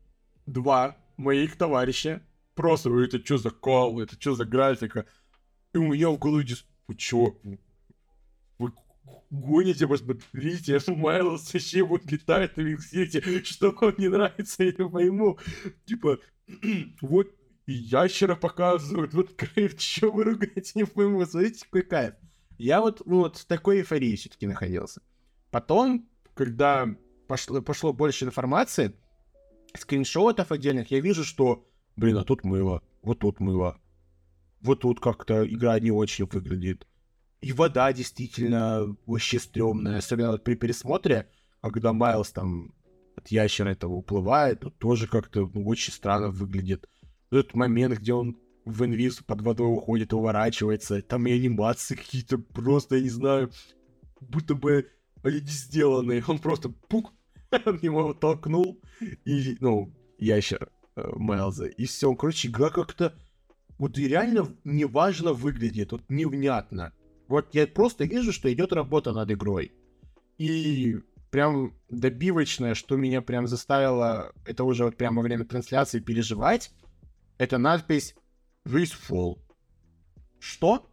2 моих товарища. Просто, это что за кол, это что за графика? И у меня в голове вы чё? Вы гоните, посмотрите, Майлз вообще вот летает в Винг-Сити, что вам не нравится, я не пойму. Типа, вот ящера показывают, вот кайф, чё вы ругаете, не пойму, смотрите, какой кайф. Я вот в такой эйфории все-таки находился. Потом, когда пошло больше информации, скриншотов отдельных, я вижу, что, блин, а тут мыло, вот тут мыло, вот тут как-то игра не очень выглядит. И вода действительно вообще стрёмная, особенно вот при пересмотре, когда Майлз там от ящера этого уплывает, то тоже как-то очень странно выглядит. Этот момент, где он в инвиз под водой уходит, уворачивается, там и анимации какие-то просто, я не знаю, будто бы они не сделанные. Он просто пук, он его толкнул, и, ну, ящер Майлза, и все. Короче, игра как-то вот и реально неважно выглядит, вот невнятно. Вот я просто вижу, что идет работа над игрой. И прям добивочное, что меня прям заставило, это уже вот прямо во время трансляции переживать, это надпись Wishful. Что?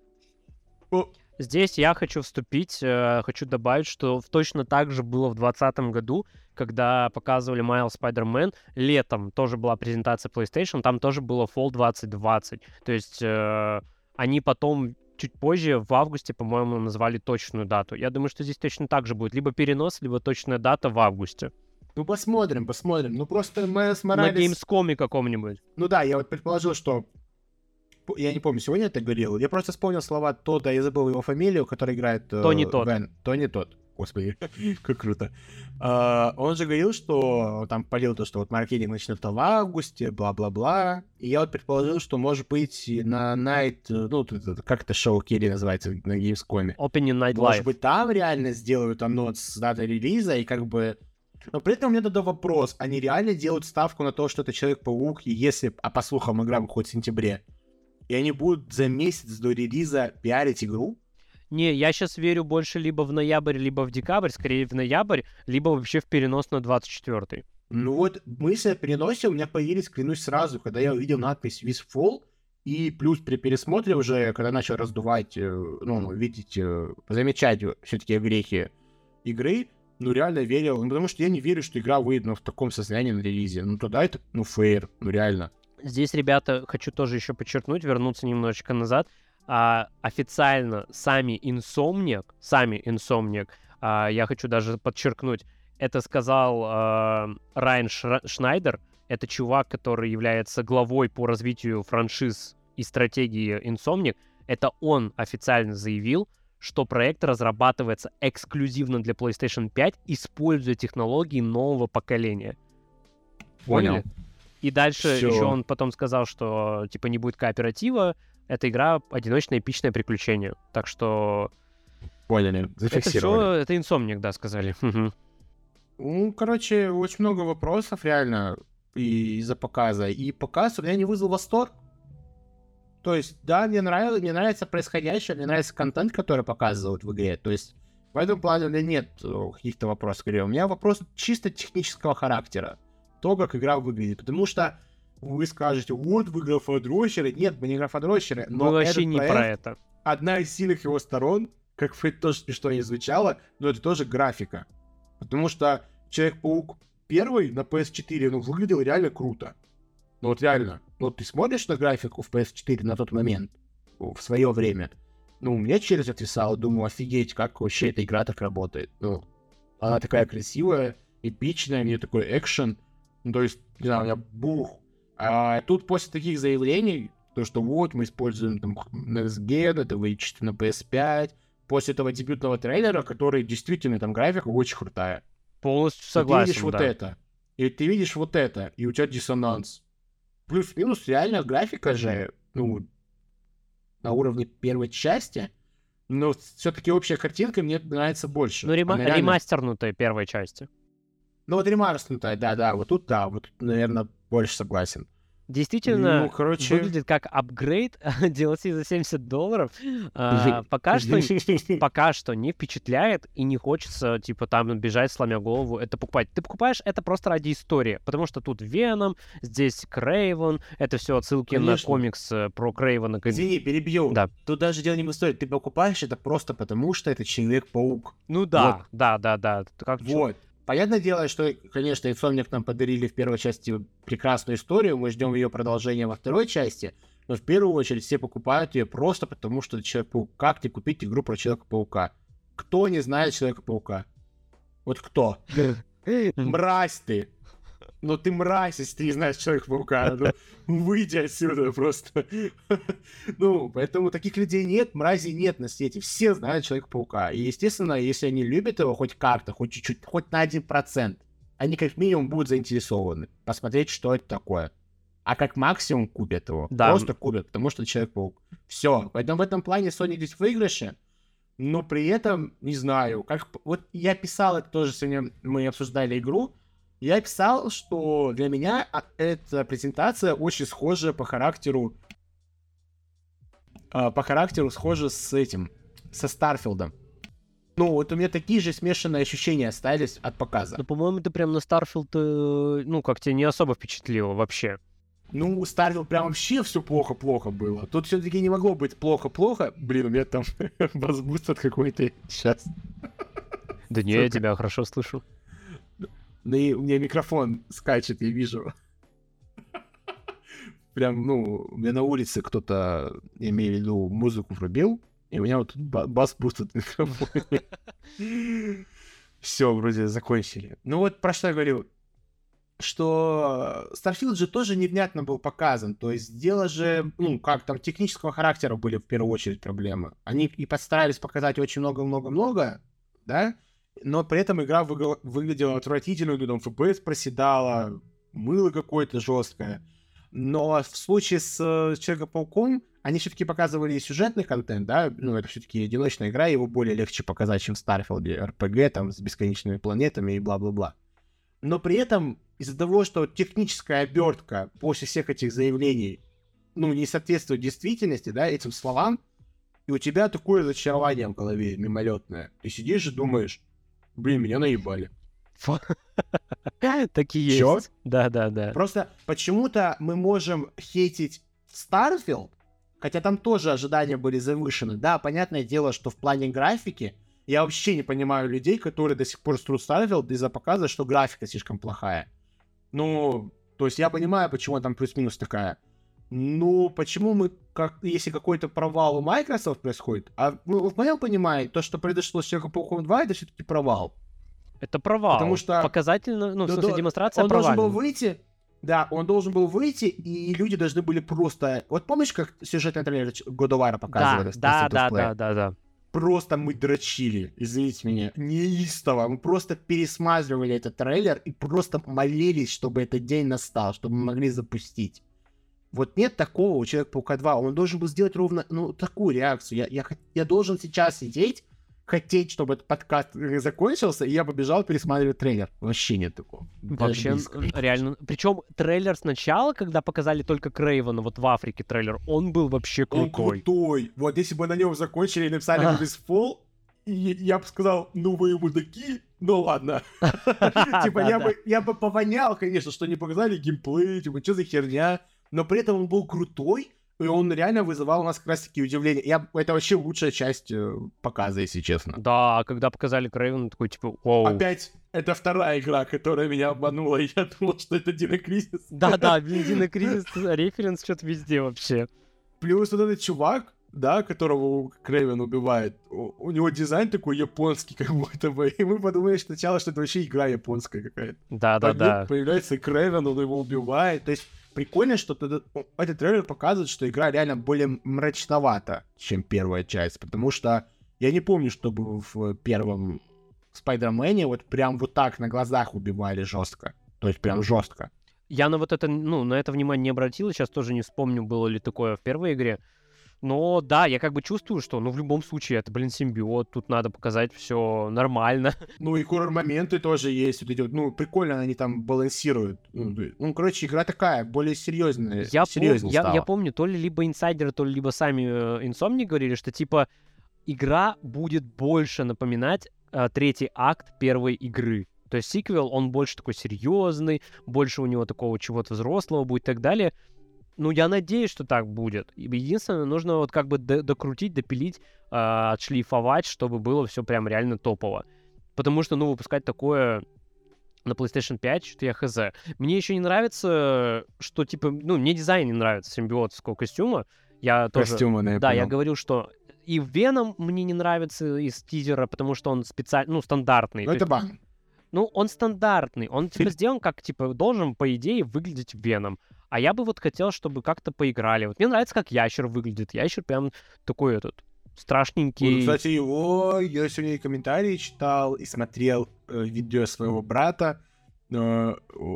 Здесь я хочу вступить, хочу добавить, что точно так же было в 2020 году, когда показывали Miles Spider-Man. Летом тоже была презентация PlayStation, там тоже было Fall 2020. То есть они потом чуть позже, в августе, по-моему, назвали точную дату. Я думаю, что здесь точно так же будет. Либо перенос, либо точная дата в августе. Ну, посмотрим. Ну, просто Майлз Моралес... На Gamescom каком-нибудь. Ну да, я вот предположил, что... Я не помню, сегодня это говорил. Я просто вспомнил слова Тодда, я забыл его фамилию, который играет... Тони Тодд. Тони Тодд. Господи, как круто. Он же говорил, что там полил то, что вот маркетинг начнется в августе, бла-бла-бла. И я вот предположил, что может быть на Night... Ну, как это шоу Керри называется на Gamescom? Opening Night Live. Может быть, там реально сделают анонс с датой релиза, и как бы... Но при этом у меня тогда вопрос. Они реально делают ставку на то, что это Человек-паук, и если, по слухам, игра выходит в сентябре, и они будут за месяц до релиза пиарить игру? Не, я сейчас верю больше либо в ноябрь, либо в декабрь, скорее в ноябрь, либо вообще в перенос на 24-й. Ну вот, мысли о переносе у меня появились, клянусь, сразу, когда я увидел надпись Wishful, и плюс при пересмотре уже, когда начал раздувать, ну, видеть, замечать все-таки грехи игры, реально верил, потому что я не верю, что игра выйдет в таком состоянии на релизе. Тогда это, фейр, реально. Здесь, ребята, хочу тоже еще подчеркнуть, вернуться немножечко назад. Официально сами Insomniac, я хочу даже подчеркнуть, это сказал Райан Шнайдер, это чувак, который является главой по развитию франшиз и стратегии Insomniac. Это он официально заявил, что проект разрабатывается эксклюзивно для PlayStation 5, используя технологии нового поколения. Поняли? И дальше еще он потом сказал, что типа не будет кооператива, эта игра одиночное эпичное приключение. Так что... Поняли, зафиксировали. Это Insomniac, да, сказали. Короче, очень много вопросов реально из-за показа. И показ у меня не вызвал восторг. То есть, да, мне нравится происходящее, мне нравится контент, который показывают в игре. То есть, в этом плане у меня нет каких-то вопросов. У меня вопрос чисто технического характера. То, как игра выглядит. Потому что вы скажете, вот вы графодрочеры. Нет, мы не графодрочеры. Но вообще не про это. Одна из сильных его сторон, как бы это тоже смешно не звучало, но это тоже графика. Потому что Человек-паук первый на PS4, выглядел реально круто. Вот реально. Ты смотришь на графику в PS4 на тот момент, в свое время. Мне челюсть отвисала, думаю, офигеть, как вообще эта игра так работает. Она такая красивая, эпичная, у нее такой экшен. То есть, не знаю, у меня бух. А тут после таких заявлений, то, что вот, мы используем там Next Gen, это выйдет на PS5, после этого дебютного трейлера, который действительно, там графика очень крутая. Полностью согласен, и ты видишь вот это, и у тебя диссонанс. Плюс-минус реально графика же, на уровне первой части, но все-таки общая картинка мне нравится больше. Ремастернутая первой части. Ремастернутая, да, вот тут, наверное, больше согласен. Действительно, выглядит как апгрейд DLC за $70. Пока что не впечатляет и не хочется, там, бежать, сломя голову, это покупать. Ты покупаешь это просто ради истории, потому что тут Веном, здесь Крейвен, это все отсылки на комикс про Крейвена. Извини, перебью. Да. Тут даже дело не в истории. Ты покупаешь это просто потому, что это Человек-паук. Да. Вот. Понятное дело, что, конечно, Insomniac нам подарили в первой части прекрасную историю, мы ждем ее продолжения во второй части, но в первую очередь все покупают ее просто потому, что это Человек-паук. Как тебе купить игру про Человека-паука? Кто не знает Человека-паука? Вот кто? Мразь ты! Ты мразь, если ты не знаешь Человека-паука. Выйди отсюда просто. Поэтому таких людей нет, мразей нет на свете. Все знают Человека-паука. И, естественно, если они любят его хоть как-то, хоть чуть-чуть, хоть на 1%, они как минимум будут заинтересованы посмотреть, что это такое. А как максимум купят его. Да. Просто купят, потому что Человек-паук. Все. Поэтому в этом плане Sony здесь в выигрыше. Но при этом, не знаю, вот я писал это тоже сегодня, мы обсуждали игру. Я писал, что для меня эта презентация очень схожа по характеру схожа со Старфилдом. Вот у меня такие же смешанные ощущения остались от показа. По-моему, ты прям на Старфилд, как тебя не особо впечатлило вообще. Старфилд прям вообще все плохо-плохо было. Тут все-таки не могло быть плохо-плохо. Блин, у меня там бас-буст от какой-то сейчас. Да не, я тебя хорошо слышу. И у меня микрофон скачет, я вижу. Прям, у меня на улице кто-то, я имею в виду, музыку врубил, и у меня вот бас-буст от микрофона. Все, вроде закончили. Про что я говорю? Что Starfield же тоже невнятно был показан. То есть дело же, там технического характера были в первую очередь проблемы. Они и постарались показать очень много-много-много, да? Но при этом игра выглядела отвратительно, там FPS проседала, мыло какое-то жесткое. Но в случае с Человеком-пауком они все-таки показывали и сюжетный контент, да? Это все-таки одиночная игра, его более легче показать, чем в Starfield, RPG, там, с бесконечными планетами и бла-бла-бла. Но при этом из-за того, что техническая обертка после всех этих заявлений, не соответствует действительности, да, этим словам, и у тебя такое разочарование в голове мимолетное. Ты сидишь и думаешь, блин, меня наебали. Такие есть. Чё? Да. Просто почему-то мы можем хейтить Starfield, хотя там тоже ожидания были завышены. Да, понятное дело, что в плане графики Я вообще не понимаю людей, которые до сих пор ждут Starfield из-за показа, что графика слишком плохая. Ну, то есть я понимаю, почему она там плюс-минус такая. Ну, почему мы, если какой-то провал у Microsoft происходит, в моем понимании, то, что произошло с Человеком-пауком 2, это все-таки провал. Это провал. Потому что... Показательно, в смысле, демонстрация он провальна. должен был выйти, он должен был выйти, и люди должны были просто... Вот помнишь, как сюжетный трейлер God of War показывали? Да. Просто мы дрочили, извините меня, неистово. Мы просто пересматривали этот трейлер и просто молились, чтобы этот день настал, чтобы мы могли запустить. Вот нет такого у Человека-паука 2. Он должен был сделать ровно, такую реакцию. Я должен сейчас сидеть, хотеть, чтобы этот подкаст закончился, и я побежал пересматривать трейлер. Вообще нет такого. Вообще, реально. Причем трейлер сначала, когда показали только Крейвена, вот в Африке трейлер, он был вообще крутой. Он крутой. Вот если бы на нем закончили и написали бы Respawn, я бы сказал, вы мудаки, ладно. Типа, я бы повонял, конечно, что не показали геймплей, типа, что за херня. Но при этом он был крутой, и он реально вызывал у нас как раз-таки удивление. Это вообще лучшая часть показа, если честно. Да, когда показали Крейвена, такой, типа, вау. Опять, это вторая игра, которая меня обманула, и я думал, что это Dino Crisis. Да, Dino Crisis, референс что-то везде вообще. Плюс вот этот чувак, которого Крейвен убивает, у него дизайн такой японский, как будто бы, и мы подумали сначала, что это вообще игра японская какая-то. Да. Появляется Крейвен, он его убивает, то есть прикольно, что этот трейлер показывает, что игра реально более мрачновата, чем первая часть, потому что я не помню, чтобы в первом Спайдермене вот прям вот так на глазах убивали жестко, то есть прям жестко. Я на вот это, на это внимание не обратил, сейчас тоже не вспомню, было ли такое в первой игре. Но да, я как бы чувствую, что, в любом случае, это, симбиот, тут надо показать все нормально. И хоррор-моменты тоже есть, вот эти вот, прикольно они там балансируют. Короче, игра такая, более серьезная. Я помню, то ли либо инсайдеры, то ли либо сами Insomniac говорили, что, типа, игра будет больше напоминать третий акт первой игры. То есть сиквел, он больше такой серьезный, больше у него такого чего-то взрослого будет и так далее. Я надеюсь, что так будет. Единственное, нужно вот как бы докрутить, допилить, отшлифовать, чтобы было все прям реально топово. Потому что, выпускать такое на PlayStation 5, что-то я хз. Мне еще не нравится, что, типа, мне дизайн не нравится симбиотского костюма. Я тоже... Костюма, да, Да, я говорил, что и Веном мне не нравится из тизера, потому что он стандартный. Это баг. Он стандартный. Он, типа, сделан как, типа, должен, по идее, выглядеть Веном. А я бы вот хотел, чтобы как-то поиграли. Вот мне нравится, как Ящер выглядит. Ящер прям такой страшненький. Кстати, я сегодня и комментарии читал, и смотрел видео своего брата. Но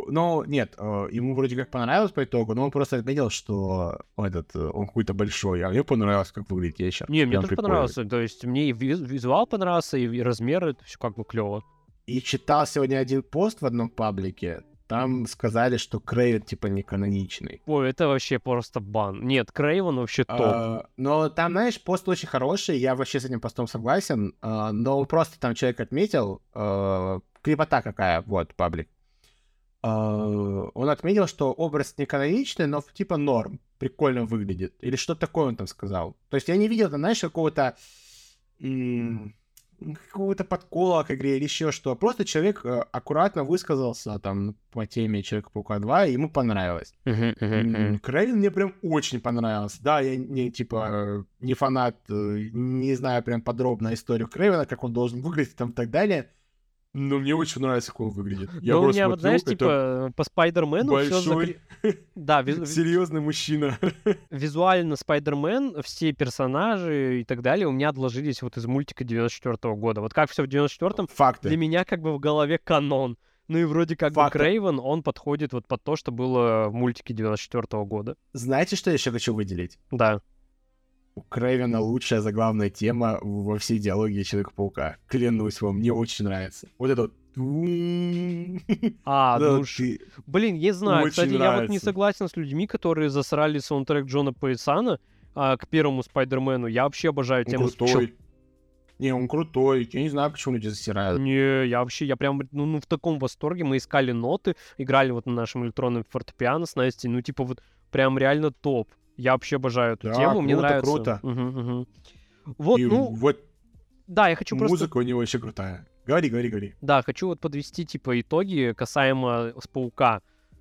нет, ему вроде как понравилось по итогу, но он просто отметил, что он какой-то большой, а мне понравилось, как выглядит Ящер. Не, мне тоже понравился. То есть мне и визуал понравился, и размеры, это все как бы клево. И читал сегодня один пост в одном паблике. Там сказали, что Крейвен, типа, не каноничный. Ой, это вообще просто бан. Нет, Крейвен вообще топ. Но там, знаешь, пост очень хороший, я вообще с этим постом согласен, но просто там человек отметил, крепота какая, вот, паблик. Он отметил, что образ не каноничный, но, типа, норм, прикольно выглядит. Или что-то такое он там сказал. То есть я не видел, там, знаешь, какого-то подкола к игре или еще что. Просто человек аккуратно высказался там по теме Человека-паука 2, и ему понравилось. Крейвен мне прям очень понравился. Да, я не фанат, не знаю прям подробно историю Крейвена, как он должен выглядеть там и так далее. Но мне очень нравится, как он выглядит. Я у меня, вот, знаешь, типа, по Спайдермену большой, да, серьезный мужчина. Визуально Спайдермен, все персонажи и так далее у меня отложились вот из мультика 94-го года. Вот как все в 94-м, факты. Для меня как бы в голове канон. И вроде как бы Крейвен, он подходит вот под то, что было в мультике 94-го года. Знаете, что я еще хочу выделить? Да. У Крейвена лучшая заглавная тема во всей диалогии Человека-паука. Клянусь вам, мне очень нравится. Вот это вот... Блин, не знаю. Кстати, я вот не согласен с людьми, которые засрали саундтрек Джона Пейсана к первому Спайдермену. Я вообще обожаю тему... Он крутой. Я не знаю, почему люди засирают. Я прям, в таком восторге. Мы искали ноты, играли вот на нашем электронном фортепиано с Настей. Вот прям реально топ. Я вообще обожаю эту тему, мне нравится. Круто. Вот, Да, я хочу просто... Музыка у него еще крутая. Говори. Да, хочу вот подвести, типа, итоги касаемо с Паука.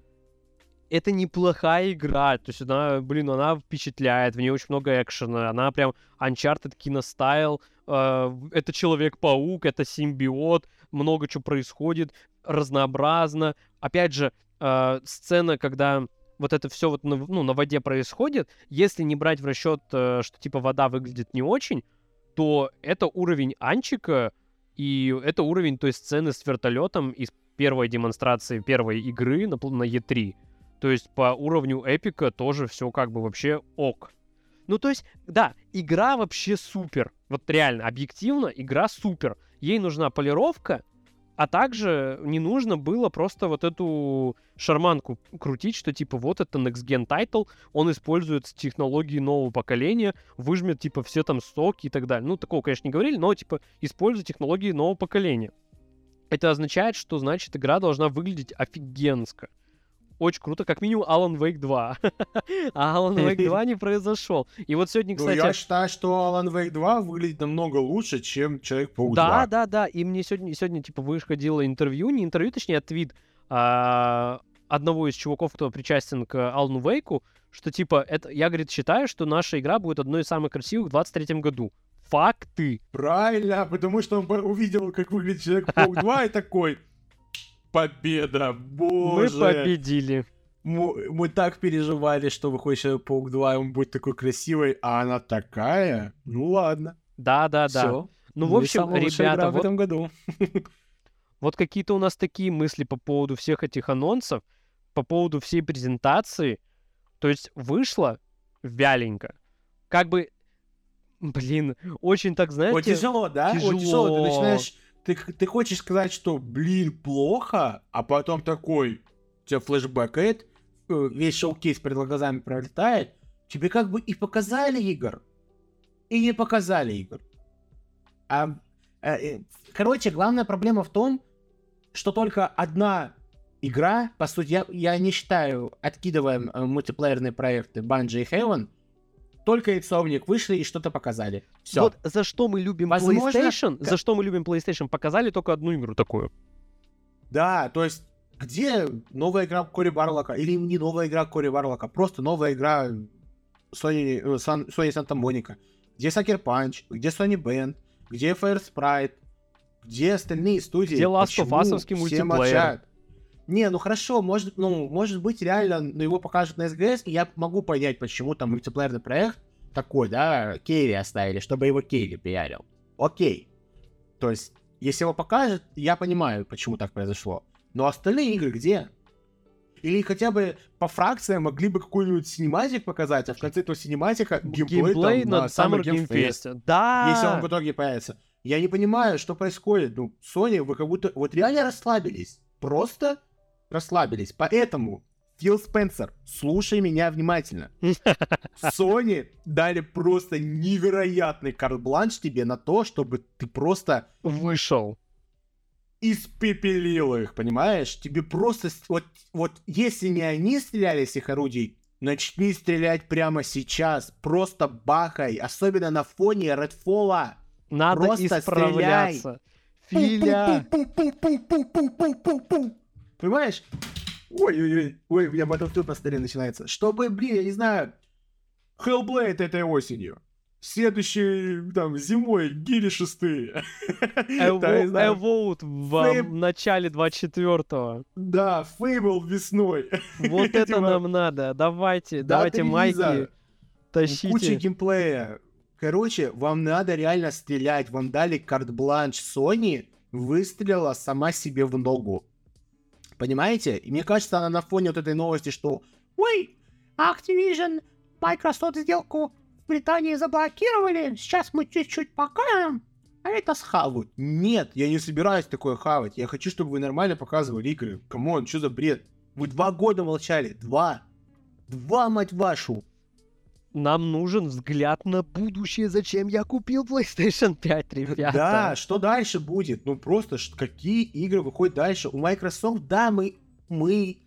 Это неплохая игра, то есть она впечатляет, в ней очень много экшена, она прям Uncharted киностайл, это Человек-паук, это симбиот, много чего происходит, разнообразно. Опять же, сцена, когда вот это все вот на воде происходит, если не брать в расчет, что типа вода выглядит не очень, то это уровень Анчика, и это уровень той сцены с вертолетом из первой демонстрации первой игры на E3. То есть по уровню эпика тоже все как бы вообще ок. Ну, то есть, да, игра вообще супер. Вот реально, объективно, игра супер. Ей нужна полировка, а также не нужно было просто вот эту шарманку крутить, что типа вот это Next Gen Title, он использует технологии нового поколения, выжмет типа все там соки и так далее. Ну, такого, конечно, не говорили, но типа использует технологии нового поколения. Это означает, что, значит, игра должна выглядеть офигенско. Очень круто, как минимум Alan Wake 2. А Alan Wake 2 не произошел. И вот сегодня, кстати... Ну, я считаю, что Alan Wake 2 выглядит намного лучше, чем Человек-паук 2. Да. И мне сегодня типа, выходило интервью, не интервью, точнее, а твит одного из чуваков, кто причастен к Alan Wake, что, типа, я, говорит, считаю, что наша игра будет одной из самых красивых в 2023 году. Факты. Правильно, потому что он увидел, как выглядит Человек-паук 2 и такой... Победа, боже. Мы победили. Мы так переживали, что выходит Человек-паук 2, и он будет такой красивый, а она такая. Ну ладно. Да. Всё. Ну, в общем, ребята, в этом году. Вот какие-то у нас такие мысли по поводу всех этих анонсов, по поводу всей презентации. То есть вышло вяленько. Как бы, блин, очень так, знаете... Вот тяжело, да? Тяжело. Вот тяжело. Ты начинаешь... Ты хочешь сказать, что, блин, плохо, а потом такой, у тебя флешбэкает, весь шоу-кейс перед глазами пролетает, тебе как бы и показали игр, и не показали игр. Короче, главная проблема в том, что только одна игра, по сути, я не считаю, откидываем мультиплеерные проекты Bungie и Haven, только Insomniac вышли и что-то показали. Всё. Вот за что мы любим PlayStation, за что мы любим PlayStation, показали только одну игру такую. Да, то есть, где новая игра Кори Барлока? Или не новая игра Кори Барлока, просто новая игра Sony Santa Monica. Где Sucker Punch? Где Sony Band? Где Fire Sprite? Где остальные студии? Где Last of Us-овский мультиплеер? Не, ну хорошо, может быть, реально, его покажут на SGS, и я могу понять, почему там мультиплеерный проект такой, да, Кейли оставили, чтобы его Кейли пиарил. Окей. То есть, если его покажут, я понимаю, почему так произошло. Но остальные игры где? Или хотя бы по фракциям могли бы какой-нибудь синематик показать, а в конце этого синематика геймплей на Summer Game Fest. Да! Если он в итоге появится. Я не понимаю, что происходит. Ну, Sony, вы как будто вот реально расслабились. Просто расслабились. Поэтому, Фил Спенсер, слушай меня внимательно. Sony дали просто невероятный карт-бланш тебе на то, чтобы ты просто... Вышел. Испепелил их, понимаешь? Тебе просто... Вот если не они стреляли с их орудий, начни стрелять прямо сейчас. Просто бахай. Особенно на фоне Redfall'а. Надо просто исправляться. Филя. Понимаешь? Ой, у меня Battlefield на столе начинается. Чтобы, блин, я не знаю, Hellblade этой осенью. Следующей, там, зимой Гири 6. Evote в начале 24-го. Да, Fable весной. Вот это нам надо. Давайте майки тащите. Куча геймплея. Короче, вам надо реально стрелять. Вам дали карт-бланш. Sony выстрелила сама себе в ногу. Понимаете? И мне кажется, она на фоне вот этой новости, что «Ой, Activision, Microsoft сделку в Британии заблокировали, сейчас мы чуть-чуть покажем, а это схавают». Нет, я не собираюсь такое хавать. Я хочу, чтобы вы нормально показывали игры. Камон, что за бред? Вы 2 года молчали. 2, мать вашу. Нам нужен взгляд на будущее, зачем я купил PlayStation 5, ребята. Да, что дальше будет? Ну просто, какие игры выходят дальше? У Microsoft, да, мы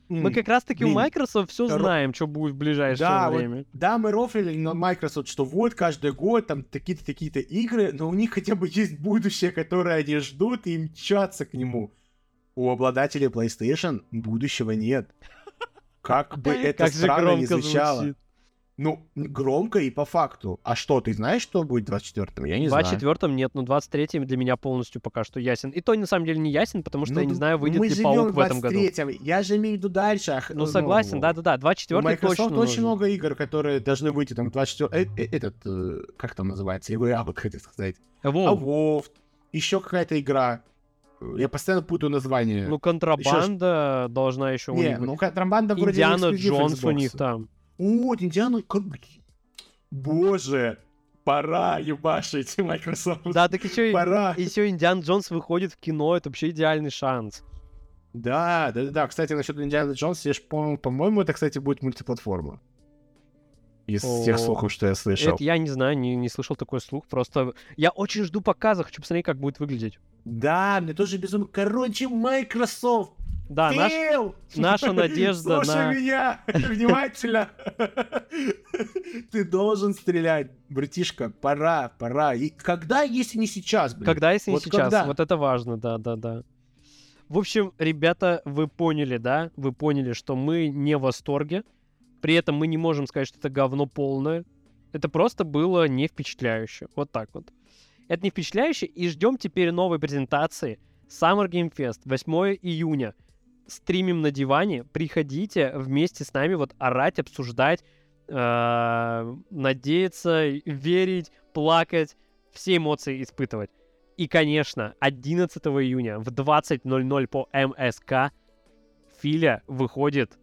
Мы как раз-таки у Microsoft все знаем, что будет в ближайшее время. Вот, да, мы рофлили на Microsoft, что вот каждый год там такие-то игры, но у них хотя бы есть будущее, которое они ждут, и мчатся к нему. У обладателей PlayStation будущего нет. Как бы это странно ни звучало. Ну, громко и по факту. А что, ты знаешь, что будет в 24-м? Я не знаю. В 24-м нет, но 23-м для меня полностью пока что ясен. И то, на самом деле, не ясен, потому что я не знаю, выйдет ли Паук в этом году. Я же имею в виду дальше. Ну, согласен, да-да-да, 24-й Microsoft точно очень много игр, которые должны выйти там 24... как там называется? Игра, вот хотел сказать. WoW. Еще какая-то игра. Я постоянно путаю название. Ну, контрабанда должна еще у них быть. Ну, контрабанда вроде Индиана Джонс у них там. О, Индиана... Боже, пора ебашить Microsoft. Да, так еще Индиана Джонс выходит в кино, это вообще идеальный шанс. Да. Кстати, насчет Индиана Джонса, по-моему, это, кстати, будет мультиплатформа. Из тех слухов, что я слышал. Это я не знаю, не слышал такой слух. Просто я очень жду показа, хочу посмотреть, как будет выглядеть. Да, мне тоже безумно. Короче, Microsoft. Да, наша надежда Слушай меня внимательно. Ты должен стрелять, братишка. Пора. И когда, если не сейчас, блин? Когда, если не сейчас? Вот это важно, да. В общем, ребята, вы поняли, да? Вы поняли, что мы не в восторге. При этом мы не можем сказать, что это говно полное. Это просто было не впечатляюще. Вот так вот. Это не впечатляюще. И ждем теперь новой презентации. Summer Game Fest, 8 июня. Стримим на диване. Приходите вместе с нами вот орать, обсуждать, надеяться, верить, плакать, все эмоции испытывать. И, конечно, 11 июня в 20:00 по МСК Филя выходит.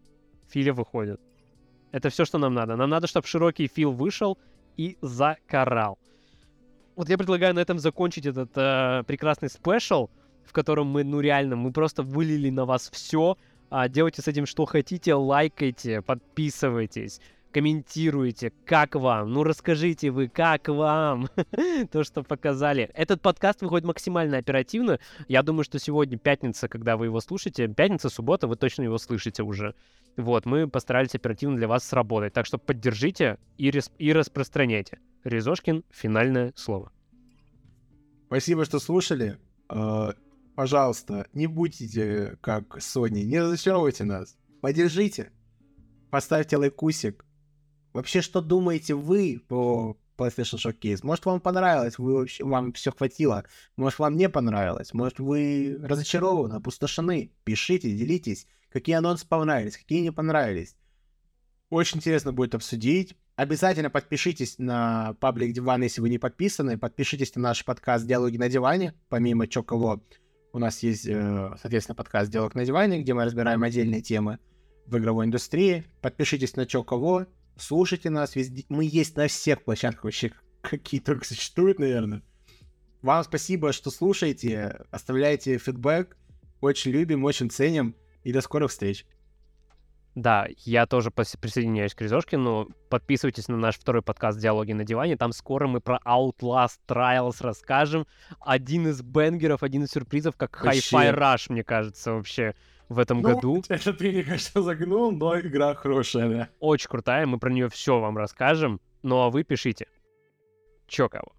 Это все, что нам надо. Нам надо, чтобы широкий Фил вышел и закарал. Вот я предлагаю на этом закончить этот прекрасный спешл, в котором мы просто вылили на вас все. Делайте с этим что хотите, лайкайте, подписывайтесь, комментируйте, как вам. Ну, расскажите вы, как вам то, что показали. Этот подкаст выходит максимально оперативно. Я думаю, что сегодня пятница, когда вы его слушаете, пятница, суббота, вы точно его слышите уже. Вот, мы постарались оперативно для вас сработать. Так что поддержите и распространяйте. Резошкин, финальное слово. Спасибо, что слушали. Пожалуйста, не будьте как Sony, не разочаровывайте нас. Поддержите, поставьте лайкусик. Вообще, что думаете вы по PlayStation Showcase? Может, вам понравилось, вам все хватило. Может, вам не понравилось. Может, вы разочарованы, опустошены. Пишите, делитесь, какие анонсы понравились, какие не понравились. Очень интересно будет обсудить. Обязательно подпишитесь на паблик Диван, если вы не подписаны. Подпишитесь на наш подкаст «Диалоги на диване». Помимо чё кого, у нас есть, соответственно, подкаст «Диалог на диване», где мы разбираем отдельные темы в игровой индустрии. Подпишитесь на чё кого, слушайте нас везде. Мы есть на всех площадках вообще, какие только существуют, наверное. Вам спасибо, что слушаете, оставляйте фидбэк. Очень любим, очень ценим. И до скорых встреч. Да, я тоже присоединяюсь к Резошкину. Подписывайтесь на наш второй подкаст «Диалоги на диване». Там скоро мы про Outlast Trials расскажем. Один из бенгеров, один из сюрпризов, как Hi-Fi Rush, мне кажется, вообще в этом году. Это ты, мне кажется, загнул, но игра хорошая, да. Очень крутая, мы про нее все вам расскажем. Ну а вы пишите. Чё кого?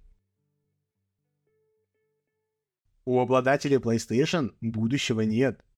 У обладателей PlayStation будущего нет.